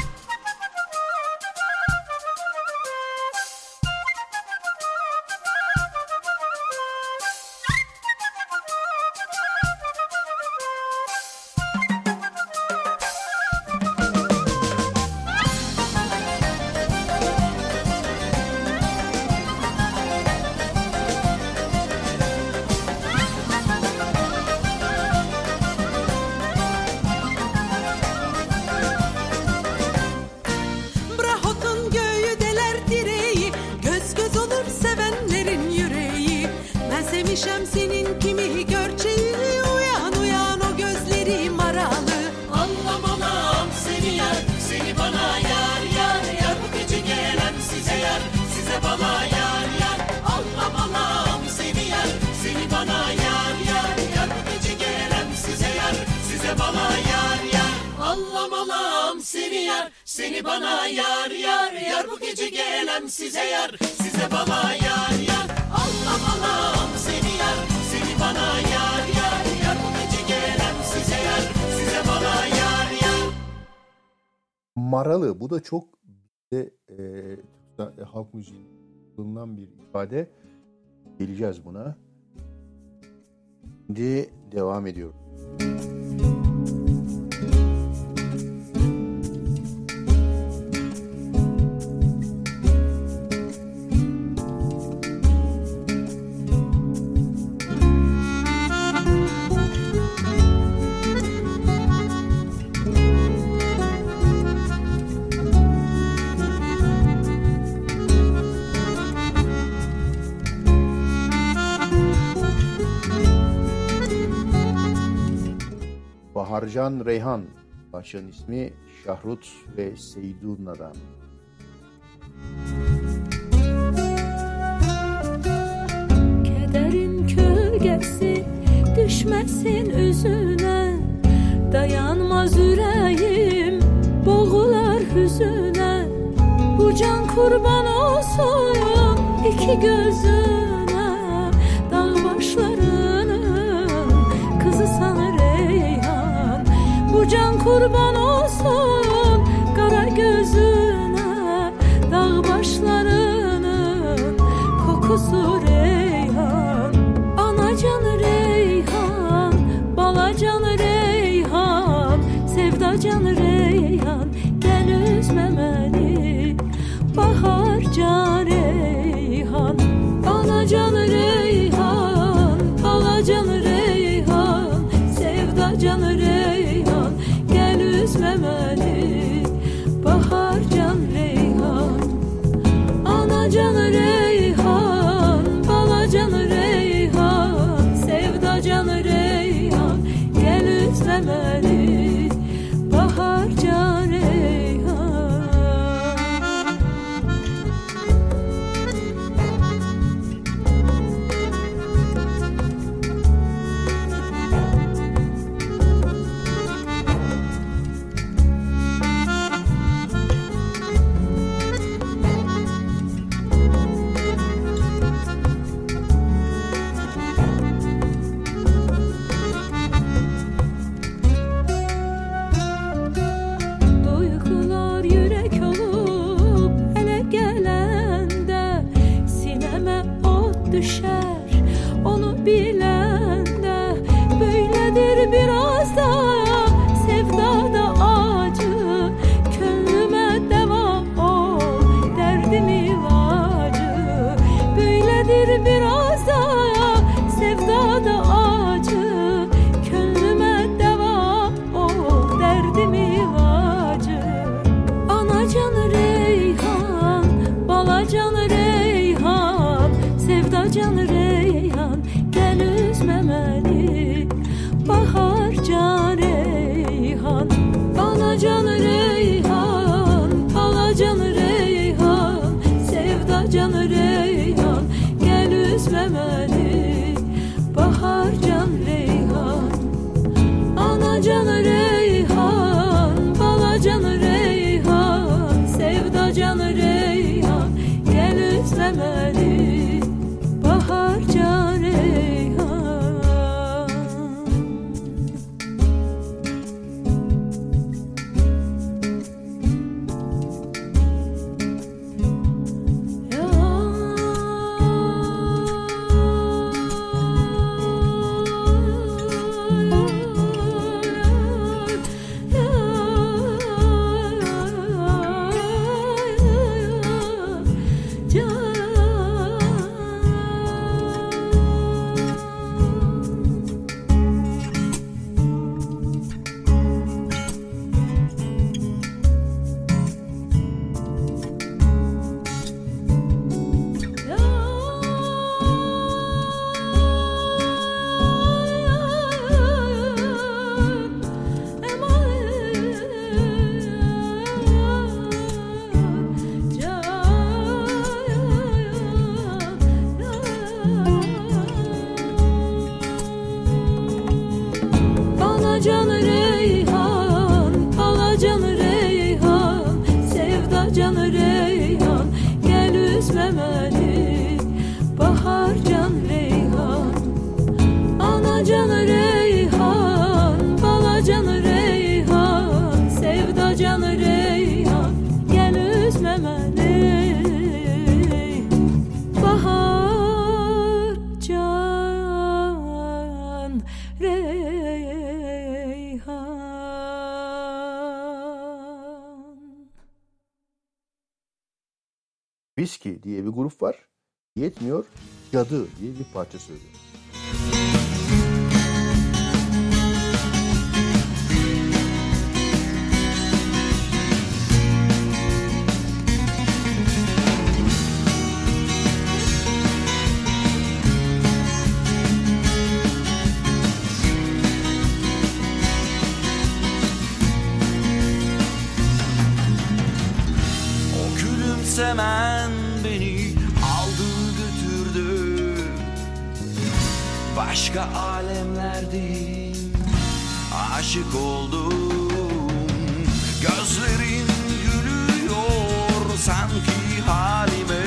Seni bana yar yar yar. Bu gece gelen size yar, size bana yar yar. Allah'ım Allah'ım seni yar, seni bana yar yar yar. Bu gece gelen size yar, size bana yar yar. Maralı, bu da çok halk müziğinin bulunan bir ifade. Geleceğiz buna. Şimdi devam ediyorum. Baharcan Reyhan, parçanın ismi Şahrut ve Seyduna'dan. Kederin kölgesi düşmesin üzüne, dayanmaz yüreğim boğular hüzüne. Bu can kurban olsun iki gözüne, dağ başlarının kızı sana Reyhan. Bu can kurban olsun olsun kara gözüne, dağ başlarının kokusu reyhan. Anacan reyhan, balacan reyhan, sevdacan reyhan, gel üzme beni baharcan reyhan. Anacan reyhan, balacan reyhan, sevdacan reyhan, gel üzme beni baharcan reyhan. Anacan reyhan, balacan reyhan, sevdacan reyhan, gel üzme beni baharcan reyhan. Duygular yürek olup ele gelende, sineme ot düşer onu bilende. Böyledir biraz da sevdada acı, gönlüme deva ol derdim ilacı. Böyledir biraz da sevdada acı, gönlüme deva ol derdim ilacı. Anacan reyhan, balacan reyhan, sevdacan reyhan, gel üzme beni baharcan reyhan. Anacan reyhan, balacan reyhan, sevdacan reyhan, gel üzme beni baharcan reyhan. Anacan reyhan, balacan reyhan, sevdacan reyhan, gel üzme beni baharcan reyhan. Anacan reyhan, balacan reyhan, sevdacan reyhan, gel üzme beni baharcan reyhan. Anacan reyhan, balacan reyhan, sevdacan reyhan, gel üzme beni baharcan reyhan. Viski diye bir grup var. Yetmiyor, Cadı diye bir parça söylüyor. O gülümsemen beni aldı götürdü, başka alemlerdeyim, aşık oldum. Gözlerin gülüyor sanki halime,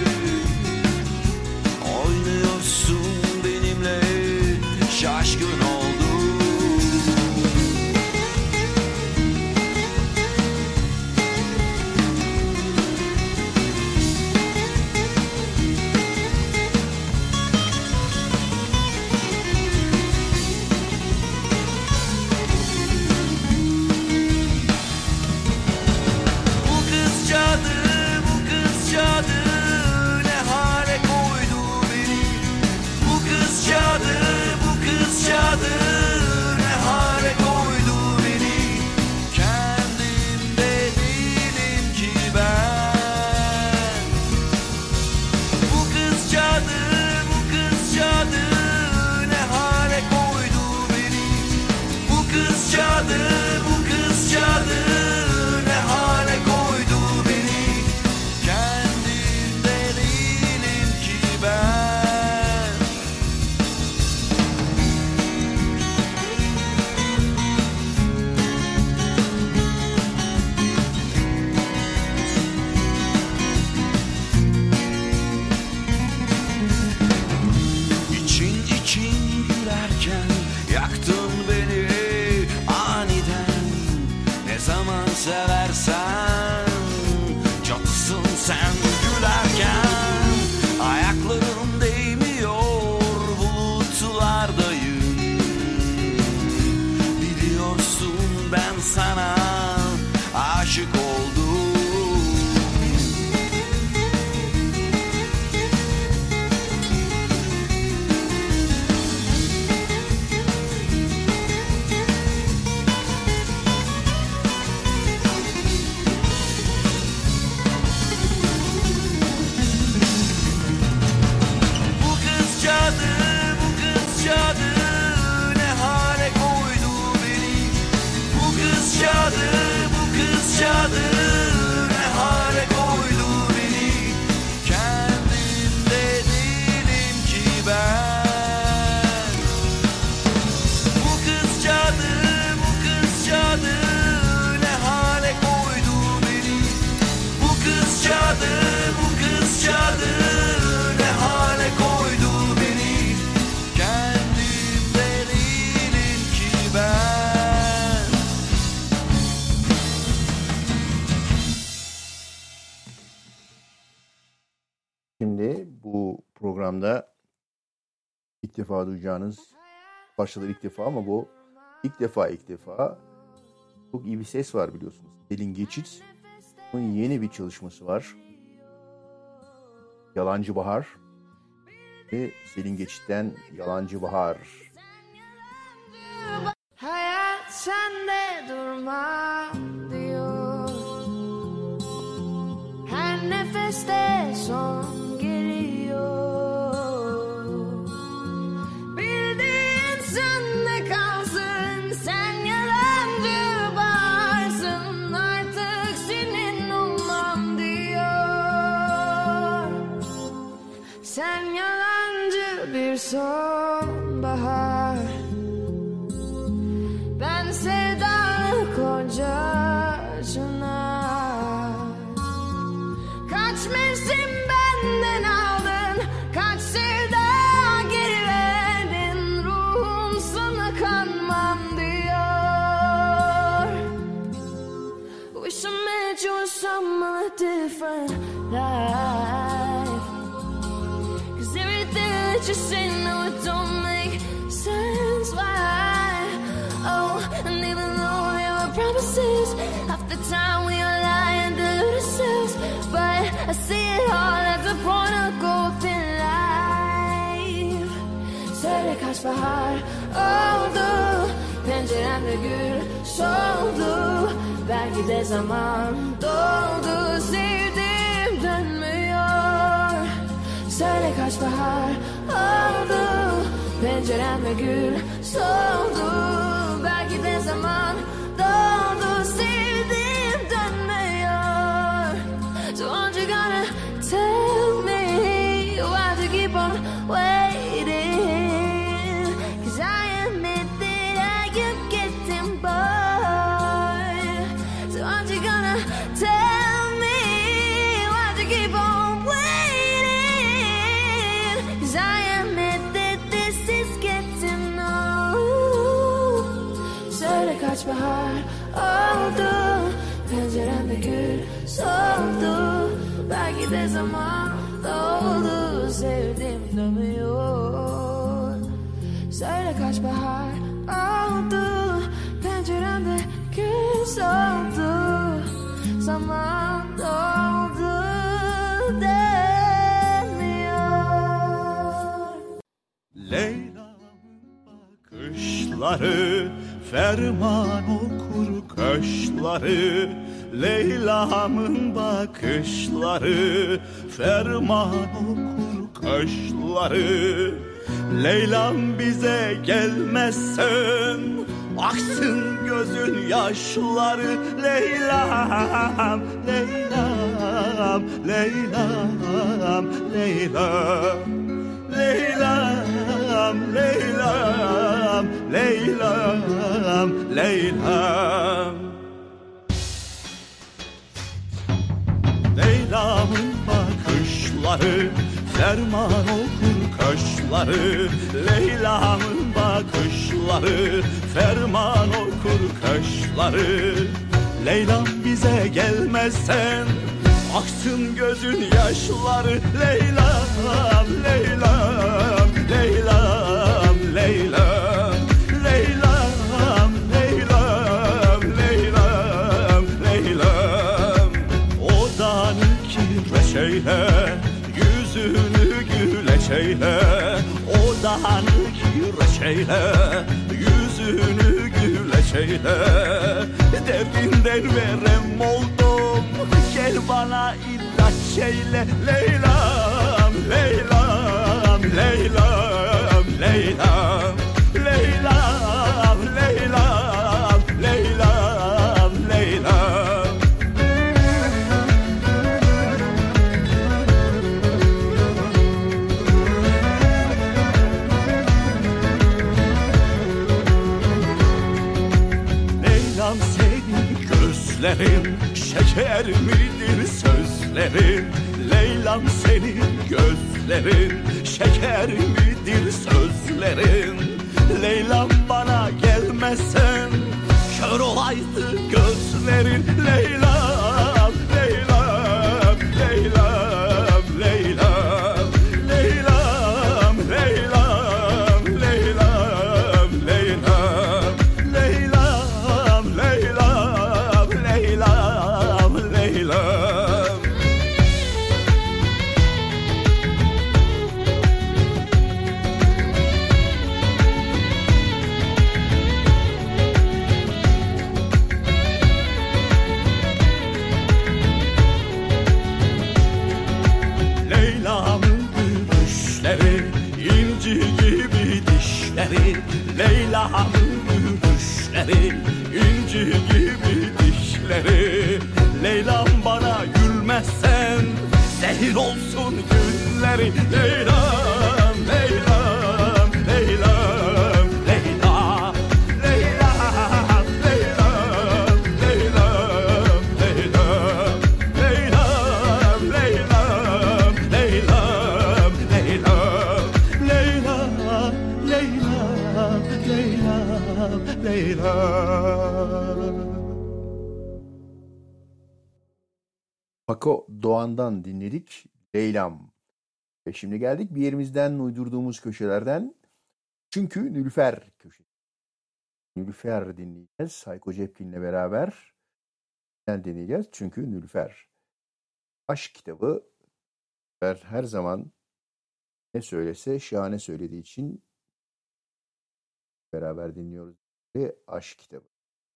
oynuyorsun benimle, şaşkın oldum. programda ilk defa duyacağınız parçalar ilk defa ama bu ilk defa çok iyi bir ses var biliyorsunuz. Selin Geçit. Bunun yeni bir çalışması var. Yalancı Bahar. Ve Selin Geçit'ten Yalancı Bahar. Hayat sende durma diyor. Her nefeste son geliyor. Bildiğin sende kalsın. Sen yalancı baharsın. Artık senin olmam diyor. Sen yalancı bir sonbahar. Ben sevdalı kocacına. Kaç mevsim benden aldın, kaç sevda geri verdin. Ruhum sana kanmam diyor. Wish I met you in some different life. 'Cause everything that you say now it don't make sense. Why? Oh, and even though there were promises, half the time we are lying to ourselves. But I see it all as a prodigal in life. Söyle kaç bahar oldu, penceremde gül soldu. Belki de zaman doldu, sevdiğim dönmüyor. Söyle kaç bahar oldu, penceremde gül soldu. Belki de zaman doldu, sevdiğim dönmüyor. So aren't you gonna tell me why to keep on waiting? 'Cause I admit that I am getting bored. So aren't you gonna tell me why to keep on waiting? 'Cause I admit that this is getting old. Söyle kaç bahar oldu, penceremde gül soldu. Belki de zaman doldu, sevdim dönmüyor. Söyle kaç bahar oldu, penceremde gül soldu. Zaman doldu, dönmüyor. Leyla'nın bakışları ferman okur kaşları. Leyla'mın bakışları ferman okur kaşları. Leylam bize gelmezsen aksın gözün yaşları. Leylam, Leylam, Leylam, Leylam. Leylam, Leylam, Leylam, Leylam. Leyla'mın bakışları ferman okur kaşları. Leyla'mın bakışları ferman okur kaşları. Leylam bize gelmezsen aksın gözün yaşları. Leylam, Leylam, Leylam, Leylam. Leylam, Leylam, Leylam, Leylam. Odanıki reçeyle, yüzünü güleçeyle. Odanıki reçeyle, yüzünü güleçeyle. Derdinden verem oldum, gel bana ilaç eyle. Leylam, Leylam, Leylam, Leylam. Leylam, Leylam, Leylam, Leylam. Leylam senin gözlerin şeker midir sözlerin? Leylam senin gözlerin şeker midir sözlerin? Leylam bana gelmesen kör olaydı gözlerin. Leylam, Leylam, Leylam, Leylam, Leylam. gözleri, inci gibi dişleri. Leyla'm bana gülmezsen zehir olsun günleri. Leyla'm, Leyla'm, Leyla'm, Leyla, Leyla'm, Leyla'm, Leyla'm, Leyla'm, Leyla'm, Leyla'm, Leyla'm, Leyla'm, Leyla, Leyla, Leyla, Leyla. Paco Doğan'dan dinledik Leyla'm. Ve şimdi geldik bir yerimizden uydurduğumuz köşelerden. Çünkü Nülüfer köşesi. Nülüfer dinleyeceğiz. Hayko Cepkin'le beraber dinleyeceğiz. Çünkü Nülüfer. Aşk kitabı her zaman ne söylese şahane söylediği için beraber dinliyoruz. Ve Aşk kitabı.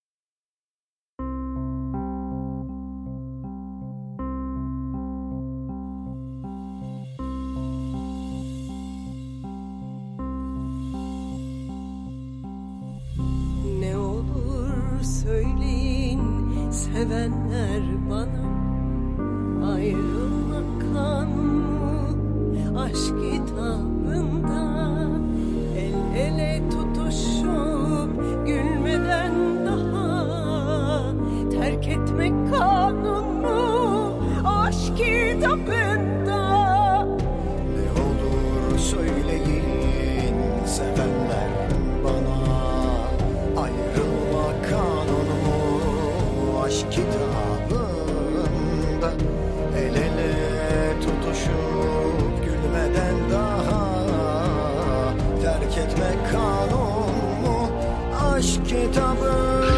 Ne olur söyleyin sevenler bana, ayrılmak kanunu aşk kitabında. El ele tutuşup gülmeden daha, terk etmek kanunu aşk kitabında. Ne olur söyleyin sevenler bana, ayrılmak kanunu aşk kitabında. El ele tutuşup gülmeden daha, terk etmek kanunu aşk kitabında.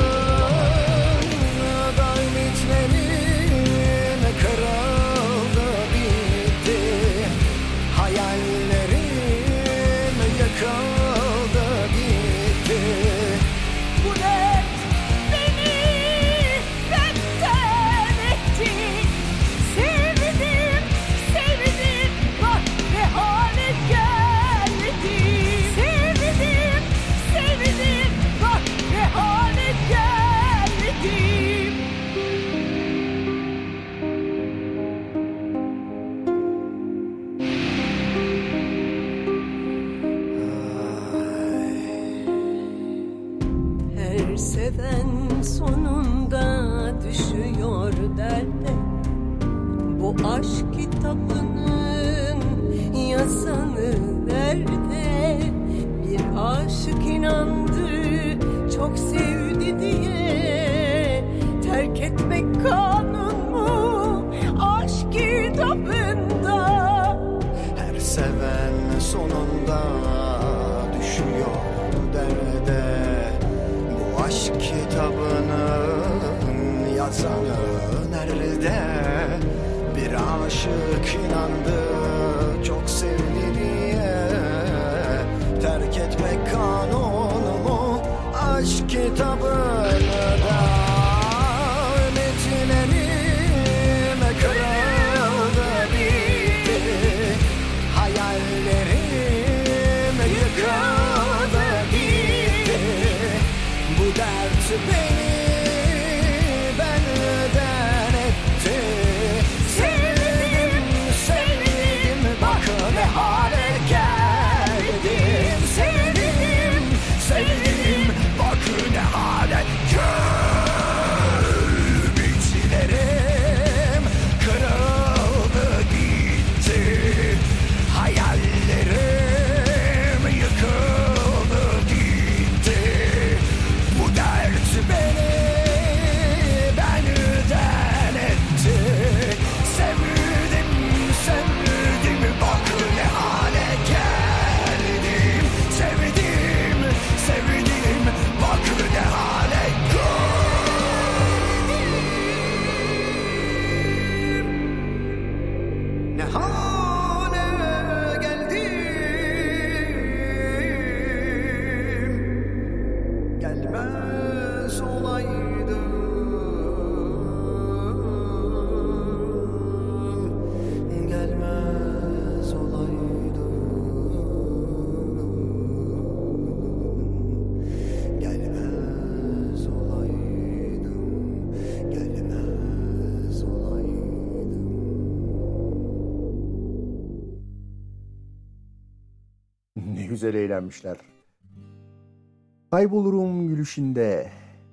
Ümitlerim kırıldı bitti, hayallerim yıkıldı gitti. Bu dert beni benden etti. Sevdim, sevdim, bak ne hale geldim. Sevdim, sevdim, bak ne hale geldim. Her seven sonunda düşüyor derde. Bu aşk kitabının yazanı nerede? Bir aşık inandı, çok sevdi diye. Terk etmek kanun mu aşk kitabında? Her seven sonunda düşüyor derde. Bu aşk kitabının yazanı nerede? Bir aşık inandı, çok sevdi diye. Terk etmek kanun mu aşk kitabında? Ümitlerim kırıldı bitti, hayallerim yıkıldı gitti. Bu dert beni benden etti. Sevdim, sevdim, bak ne hale geldim. Sevdim, sevdim, bak ne hale Ümitlerim kırıldı gitti, hayallerim yıkıldı gitti. Bu dert beni benden etti. Sevdim, sevdim, bak ne hale geldim. Sevdim, sevdim, bak ne hale geldim. Ne hale geldim. Gelmez olaydım, gelmez olaydım, gelmez güzel eğlenmişler. Kaybolurum gülüşünde.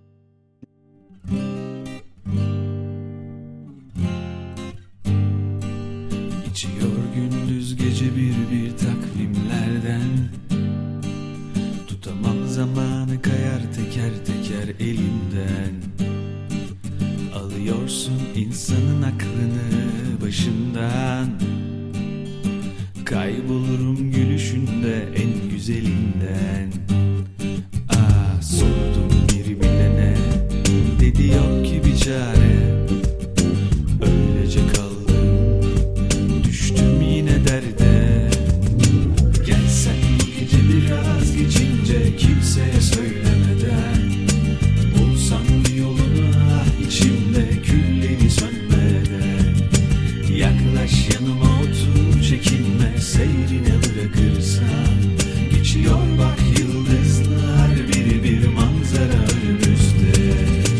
İçiyor gündüz gece bir takvimlerden. Tutamam zamanı kayar teker teker elimden. Alıyorsun insanın aklını başından. Kaybolurum gülüşünde en güzelinden. Sordum bir bilene, dedi yok ki bir çare. Öylece kaldım, düştüm yine derde. Gelsen bu gece biraz geçince, kimseye söylemeden. Bulsam bir yolunu içimde külleri sönmeden. Yaklaş yanıma otur, çekinme, seyrine bırakırsan. Geçiyor bak yıldızlar, bir manzara önümüzde.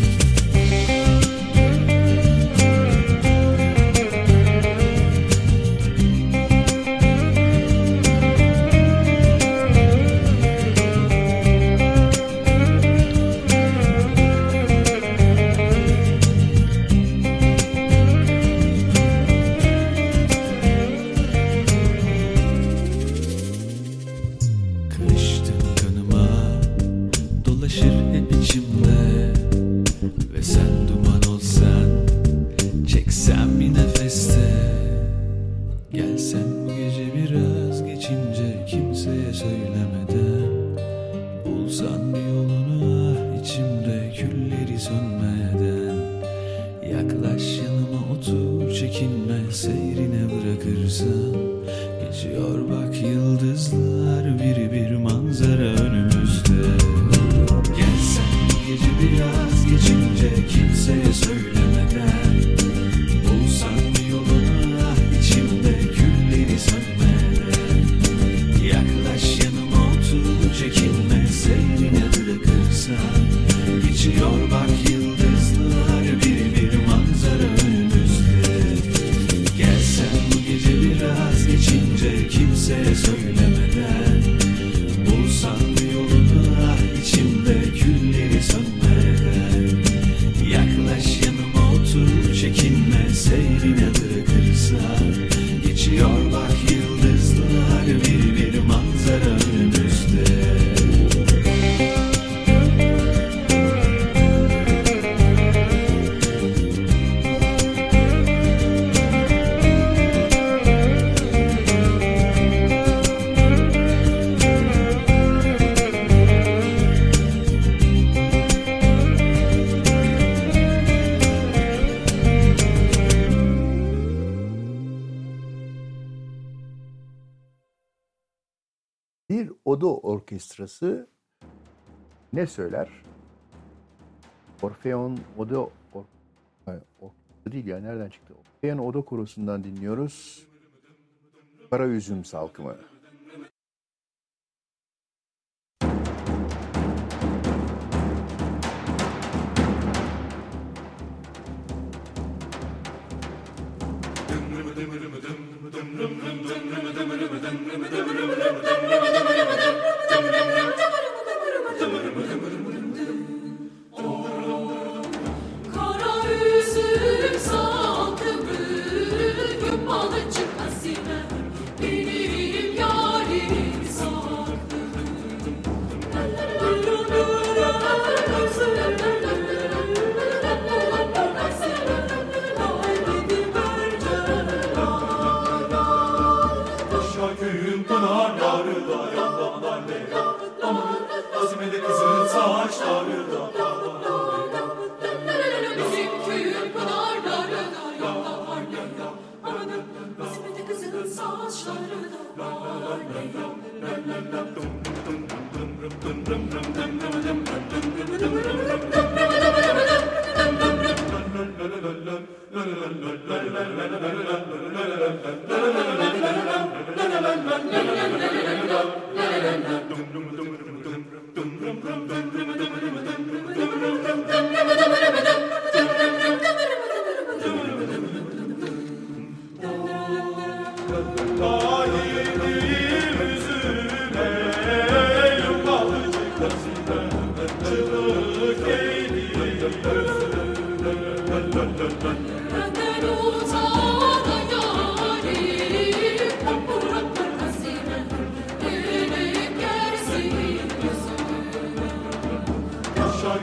Bir oda orkestrası ne söyler? Orfeon Oda Orkestrası değil ya, nereden çıktı? Orfeon Oda Korosu'ndan dinliyoruz. Kara Üzüm Salkımı. Kara üzüm salkımı, gün balıkçı Kasime, benim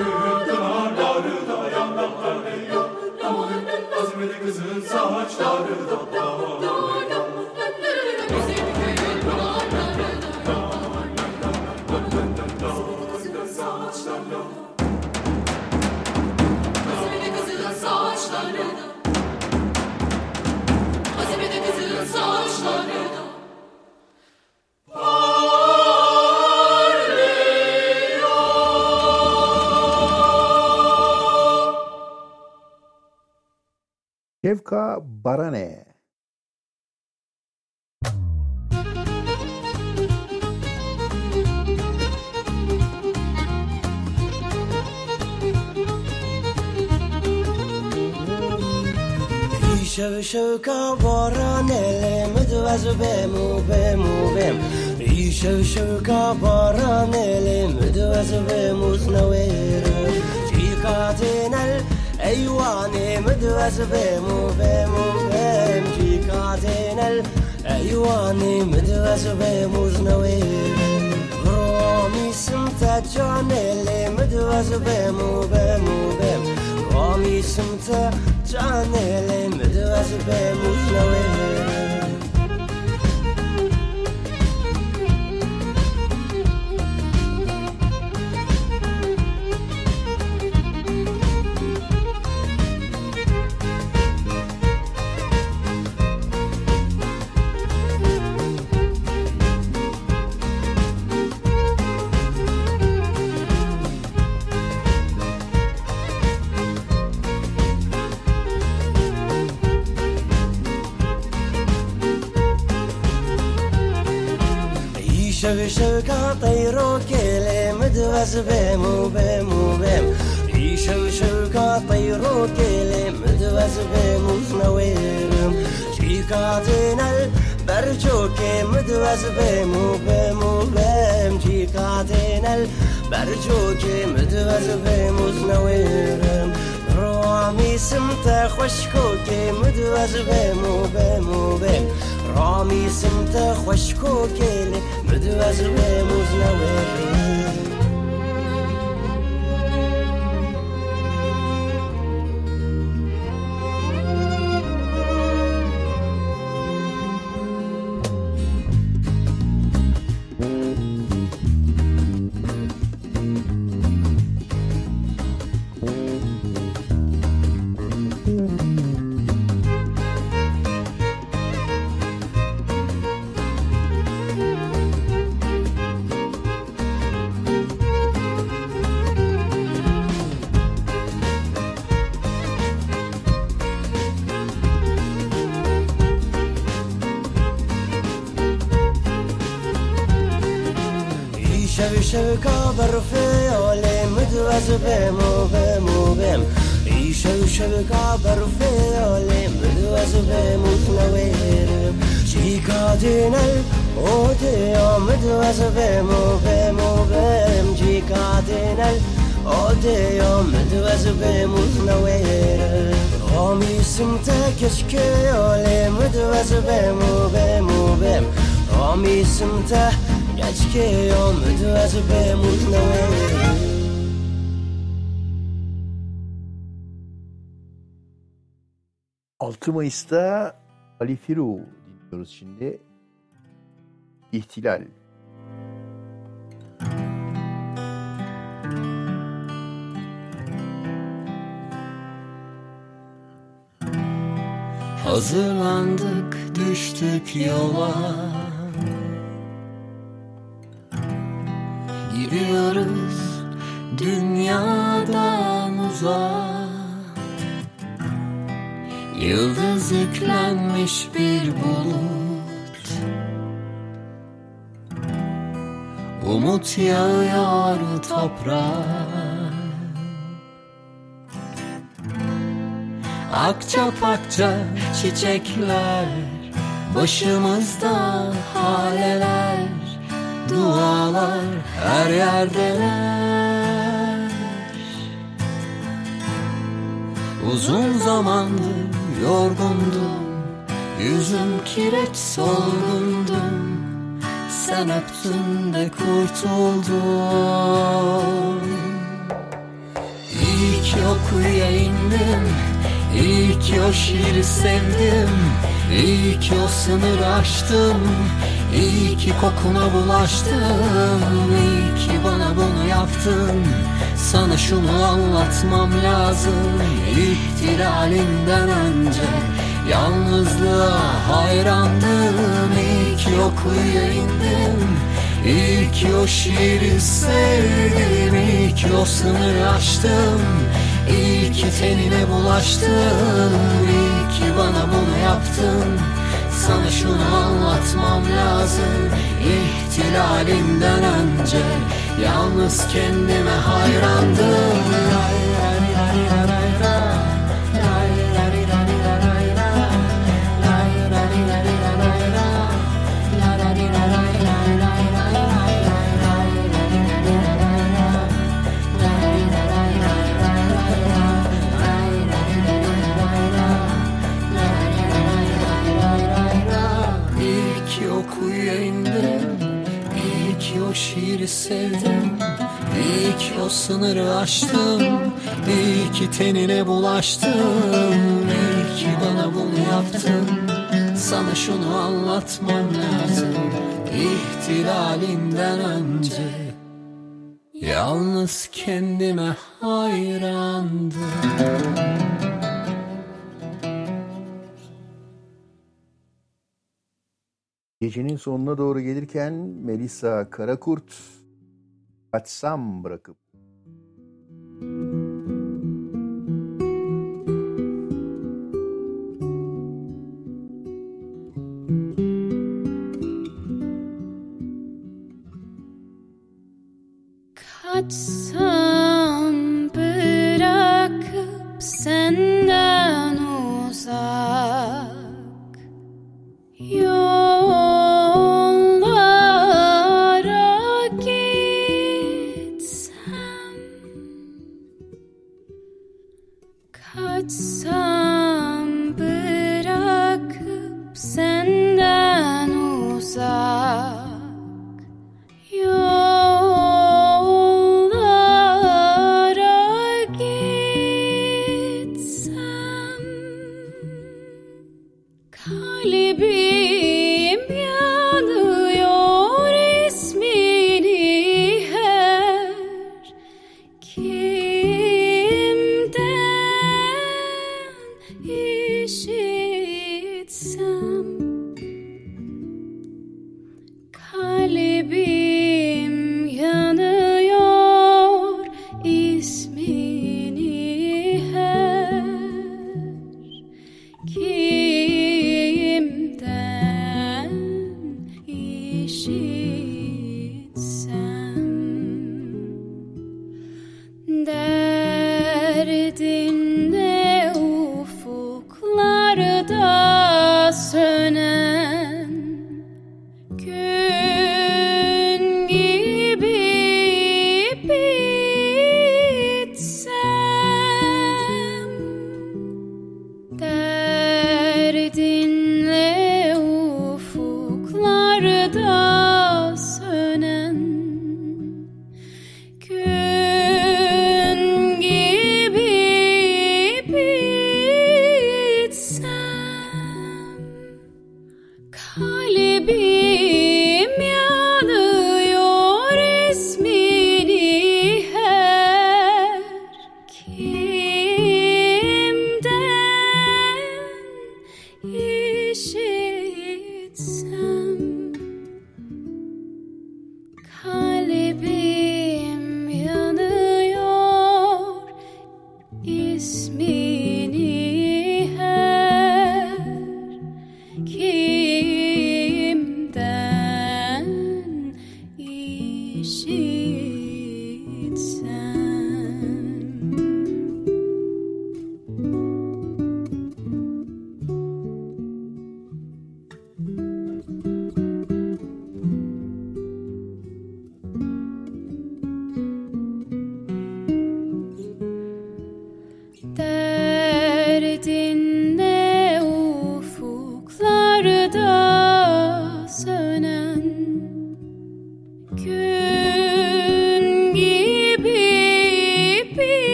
köyün pınarları da yanaklar yok. Azimli kızın saçları da Şevka Barane. Şevka Barane müdvez bem Şevka Barane müdvez bemuz naver Cikatinel ايواني مدوز بيمو جيكاتين الايواني مدوز بيمو زنوير رامي سمتا جاني اللي مدوز بيمو رامي سمتا جاني اللي مدوز بيمو زنوير شوكا طيرو كيلي مدوز بيمو شوكا طيرو كيلي مدوز بيمو زنويرم جيكاتنا البرجوكي مدوز بيمو جيكاتنا البرجوكي مدوز بيمو زنويرم رامي سمتا خشكوكي مدوز بيمو رامي سمتا خشكوكي مدوز بيمو زنويرم شوكا برفيولي مدوز بيمو شوكا برفيولي مدوز بيمو زنويرم جيكاتين الأوديو مدوز بيمو جيكاتين الأوديو مدوز بيمو زنويرم رامي سمتا كشكيولي مدوز بيمو رامي سمتا كشكيو مدوز بيمو زنويرم 6 Mayıs'ta Ali Firu dinliyoruz şimdi. İhtilal. Hazırlandık, düştük yola, gidiyoruz dünyadan uzağa. Yıldız yüklenmiş bir bulut, umut yağıyor toprağa. Akça pakça çiçekler, başımızda haleler, dualar her yerdeler. Uzun zamandır yorgundum, yüzüm kireç solgundum. Sen öptün de kurtuldum. ki o kuyuya indim, iyi ki o şiiri sevdim, iyi ki o sınırı aştım, iyi ki kokuna bulaştım, iyi ki bana bunu yaptın. Sana şunu anlatmam lazım, ihtilalinden önce yalnızlığa hayrandım. İyi ki o kuyuya indim, iyi ki o şiiri sevdim, iyi ki o sınırı aştım, iyi ki tenine bulaştım, iyi ki bana bunu yaptın. Sana şunu anlatmam lazım, ihtilalinden önce yalnız kendime hayrandım. O şiiri sevdim, iyi ki o sınırı aştım, iyi ki tenine bulaştım, iyi ki bana bunu yaptın. Sana şunu anlatmam lazım, ihtilalinden önce yalnız kendime hayrandım. Gecenin sonuna doğru gelirken Melisa Karakurt, kaçsam bırakıp. Kaçsam bırakıp senden uzak, yollara gitsem, kaçsam bırakıp senden uzak, yollara gitsem, kalbim yanıyor ismini her kimden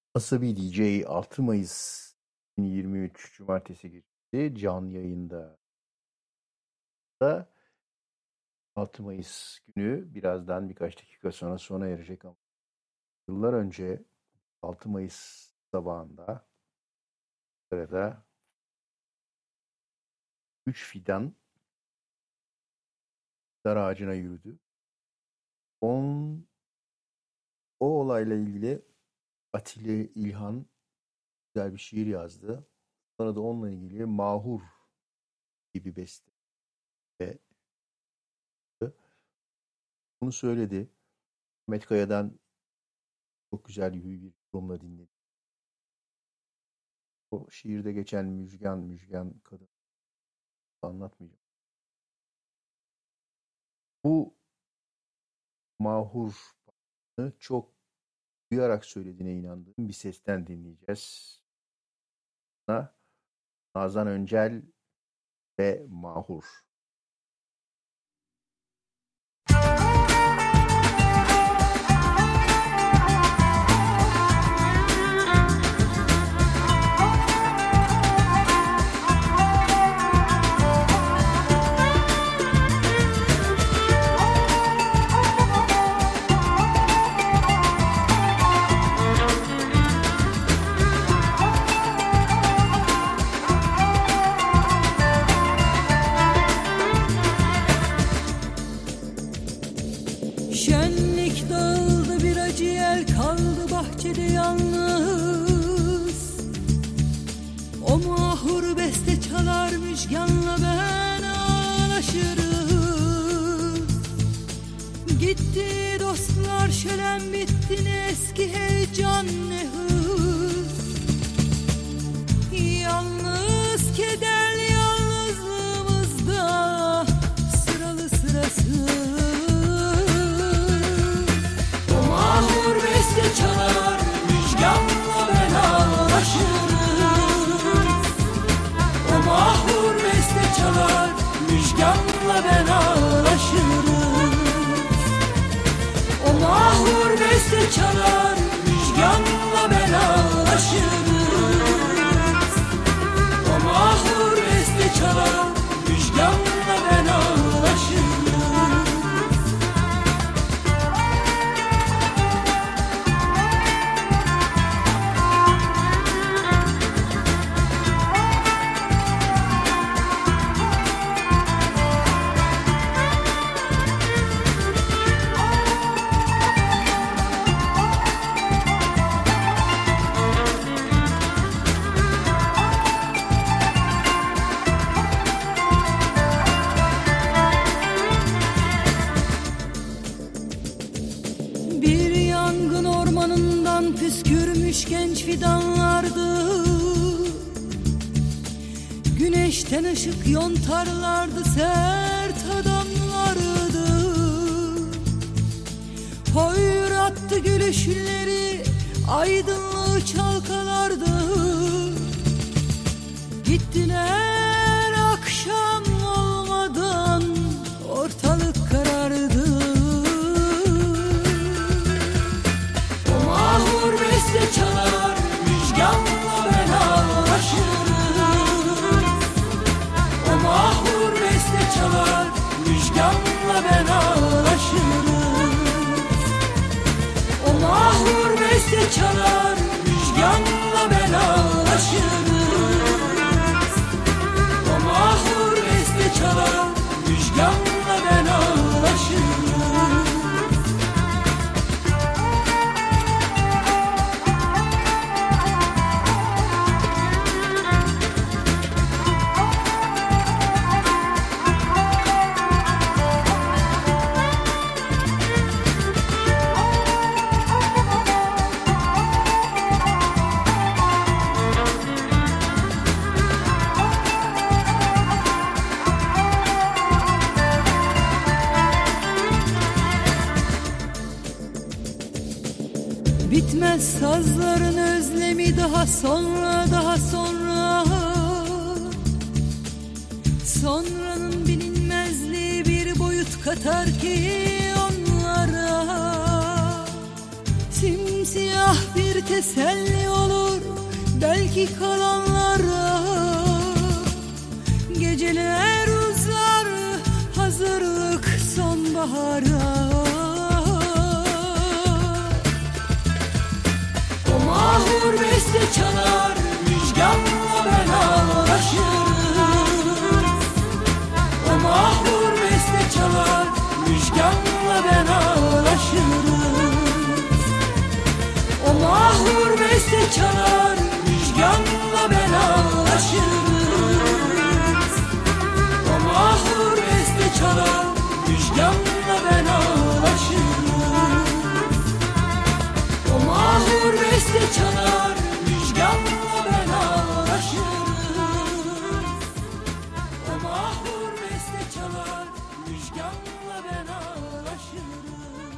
Asabi DJ 6 Mayıs 2023 Cumartesi gecesi canlı yayında. 6 Mayıs günü birazdan birkaç dakika sonra sona erecek ama yıllar önce 6 Mayıs sabahında sırada 3 fidan dar ağacına yürüdü. O olayla ilgili Atilla İlhan güzel bir şiir yazdı. Sonra da onunla ilgili Mahur gibi beste ve bunu söyledi. Ahmet Kaya'dan çok güzel bir yorumla dinledim. O şiirde geçen müjgan kadın anlatmayacağım. Bu Mahur çok duyarak söylediğine inandığım bir sesten dinleyeceğiz. Nazan Öncel ve Mahur. Şenlik dağıldı, bir acı yel kaldı bahçede yalnız. O mahur beste çalar, müjganla ben ağlaşırım. Gitti dostlar, şölen bitti, ne eski heyecan ne hız. Yalnız keder yalnızlığımızda sıralı sırası. Mahur beste çalar, müjganla ben ağlaşırım. O mahur beste çalar, müjganla ben ağlaşırım. O mahur beste çalar, müjganla ben ağlaşırım. O mahur beste çalar, müjganla ben ağlaşırım. Bir yangın ormanından püskürmüş genç fidanlardı. Güneşten ışık yontarlardı, sert adamlardı. Hoyrattı gülüşleri, aydınlığı çalkalardı. Gittiler akşam olmadan, ortalık karardı. O mahur beste çalar, müjganla ben ağlaşırım. O mahur beste çalar, müjganla ben ağlaşırım. O mahur beste çalar, müjganla ben ağlaşırım. O mahur beste çalar, müjganla ben ağlaşırım. Bitmez sazların özlemi, daha sonra, daha sonra. Sonranın bilinmezliği bir boyut katar ki onlara. Simsiyah bir teselli olur belki kalanlara. Geceler uzar, hazırlık sonbahara. O mahur beste çalar, müjganla ben ağlaşırım. O mahur beste çalar, müjganla ben ağlaşırım. O mahur beste çalar, müjganla ben ağlaşırım. O mahur beste çalar, müjganla ben ağlaşırım. O mahur beste çalar, müjganla ben ağlaşırım. O mahur beste çalar, müjganla ben ağlaşırım.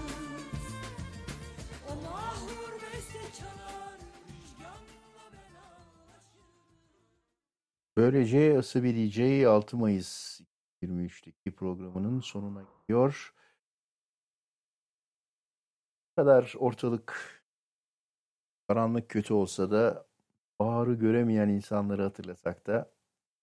O mahur beste çalar, müjganla ben ağlaşırım. Böylece Ası bir DJ 6 Mayıs 2023'teki programının sonuna gidiyor. Ne kadar ortalık karanlık kötü olsa da baharı göremeyen insanları hatırlasak da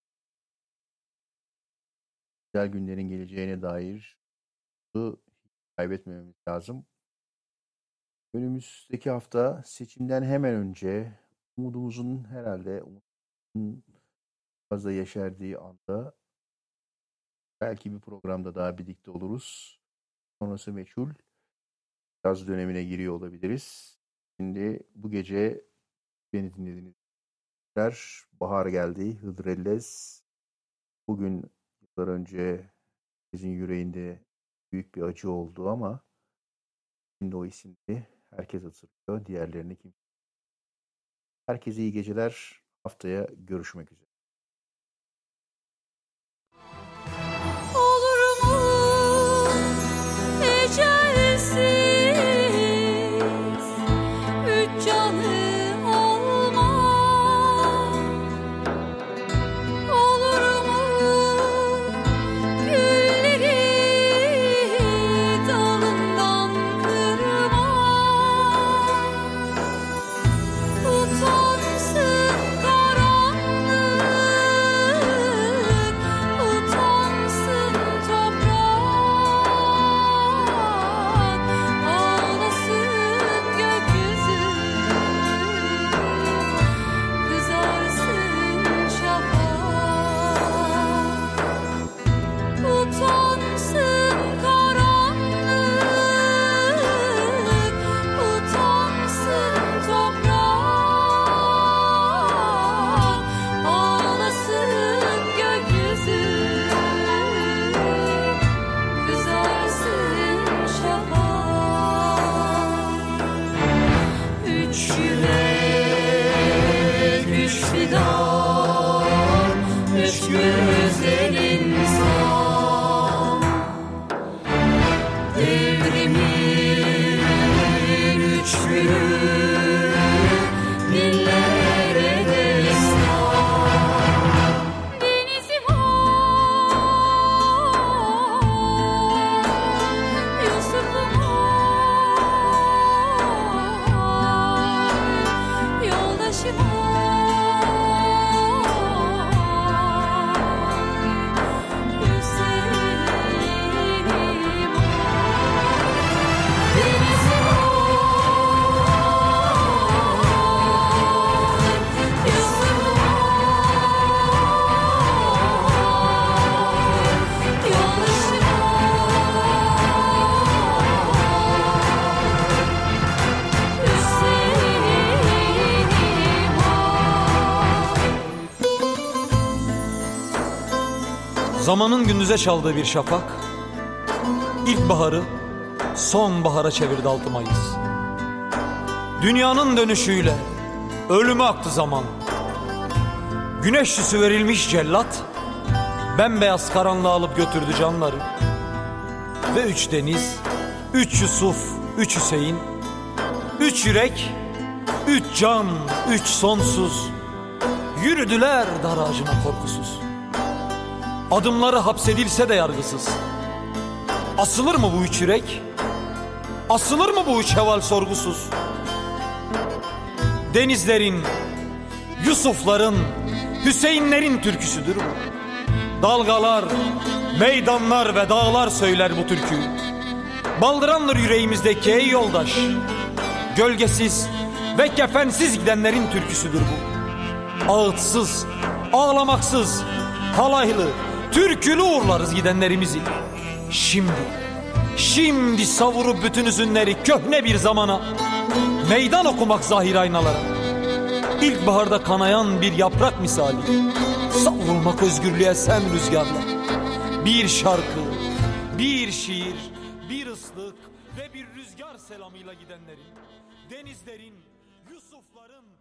güzel günlerin geleceğine dair kaybetmememiz lazım. Önümüzdeki hafta seçimden hemen önce umudumuzun herhalde fazla yeşerdiği anda belki bir programda daha birlikte oluruz. Sonrası meçhul. Yaz dönemine giriyor olabiliriz. Şimdi bu gece beni dinlediğiniz bahar geldi. Hıdrellez. Bugün yıllar önce sizin yüreğinde büyük bir acı oldu ama şimdi o isimleri herkes hatırlıyor. Diğerlerini kimse. Herkese iyi geceler. Haftaya görüşmek üzere. Olur mu ecelsiz üç canı olmak? Olur mu gülleri dalından kırmak? Utansın karanlık, utansın toprak, ağlasın gökyüzü, kızarsın şafak. Utansın karanlık, utansın toprak, ağlasın gökyüzü, kızarsın şafak. Üç yürek, üç fidan, üç güzel insan. Devrimin üç günü dillere destan. Denizi var, Yusuf'um var, yoldaşım var, Hüseyin'im var. Denizi var, Yusuf'um var, yoldaşım Zamanın gündüze çaldığı bir şafak, ilkbaharı sonbahara çevirdi 6 Mayıs. Dünyanın dönüşüyle ölüme aktı zaman. Güneş süsü verilmiş cellat, bembeyaz karanlığa alıp götürdü canları. Ve 3 deniz, 3 Yusuf, 3 Hüseyin, 3 yürek, 3 can, 3 sonsuz, yürüdüler dar ağacına korkusuz. Adımları hapsedilse de yargısız. Asılır mı bu 3 yürek? Asılır mı bu 3 heval sorgusuz? denizlerin, Yusufların, Hüseyinlerin türküsüdür bu. Dalgalar, meydanlar ve dağlar söyler bu türküyü. Baldırandır yüreğimizdeki ey yoldaş. Gölgesiz ve kefensiz gidenlerin türküsüdür bu. Ağıtsız, ağlamaksız, halaylı, türkülü uğurlarız gidenlerimizi. Şimdi savurup bütün üzünleri köhne bir zamana, meydan okumak zahir aynalara. İlkbaharda kanayan bir yaprak misali, savrulmak özgürlüğe sen rüzgarla. Bir şarkı, bir şiir, bir ıslık ve bir rüzgar selamıyla gidenlerin, denizlerin, Yusufların,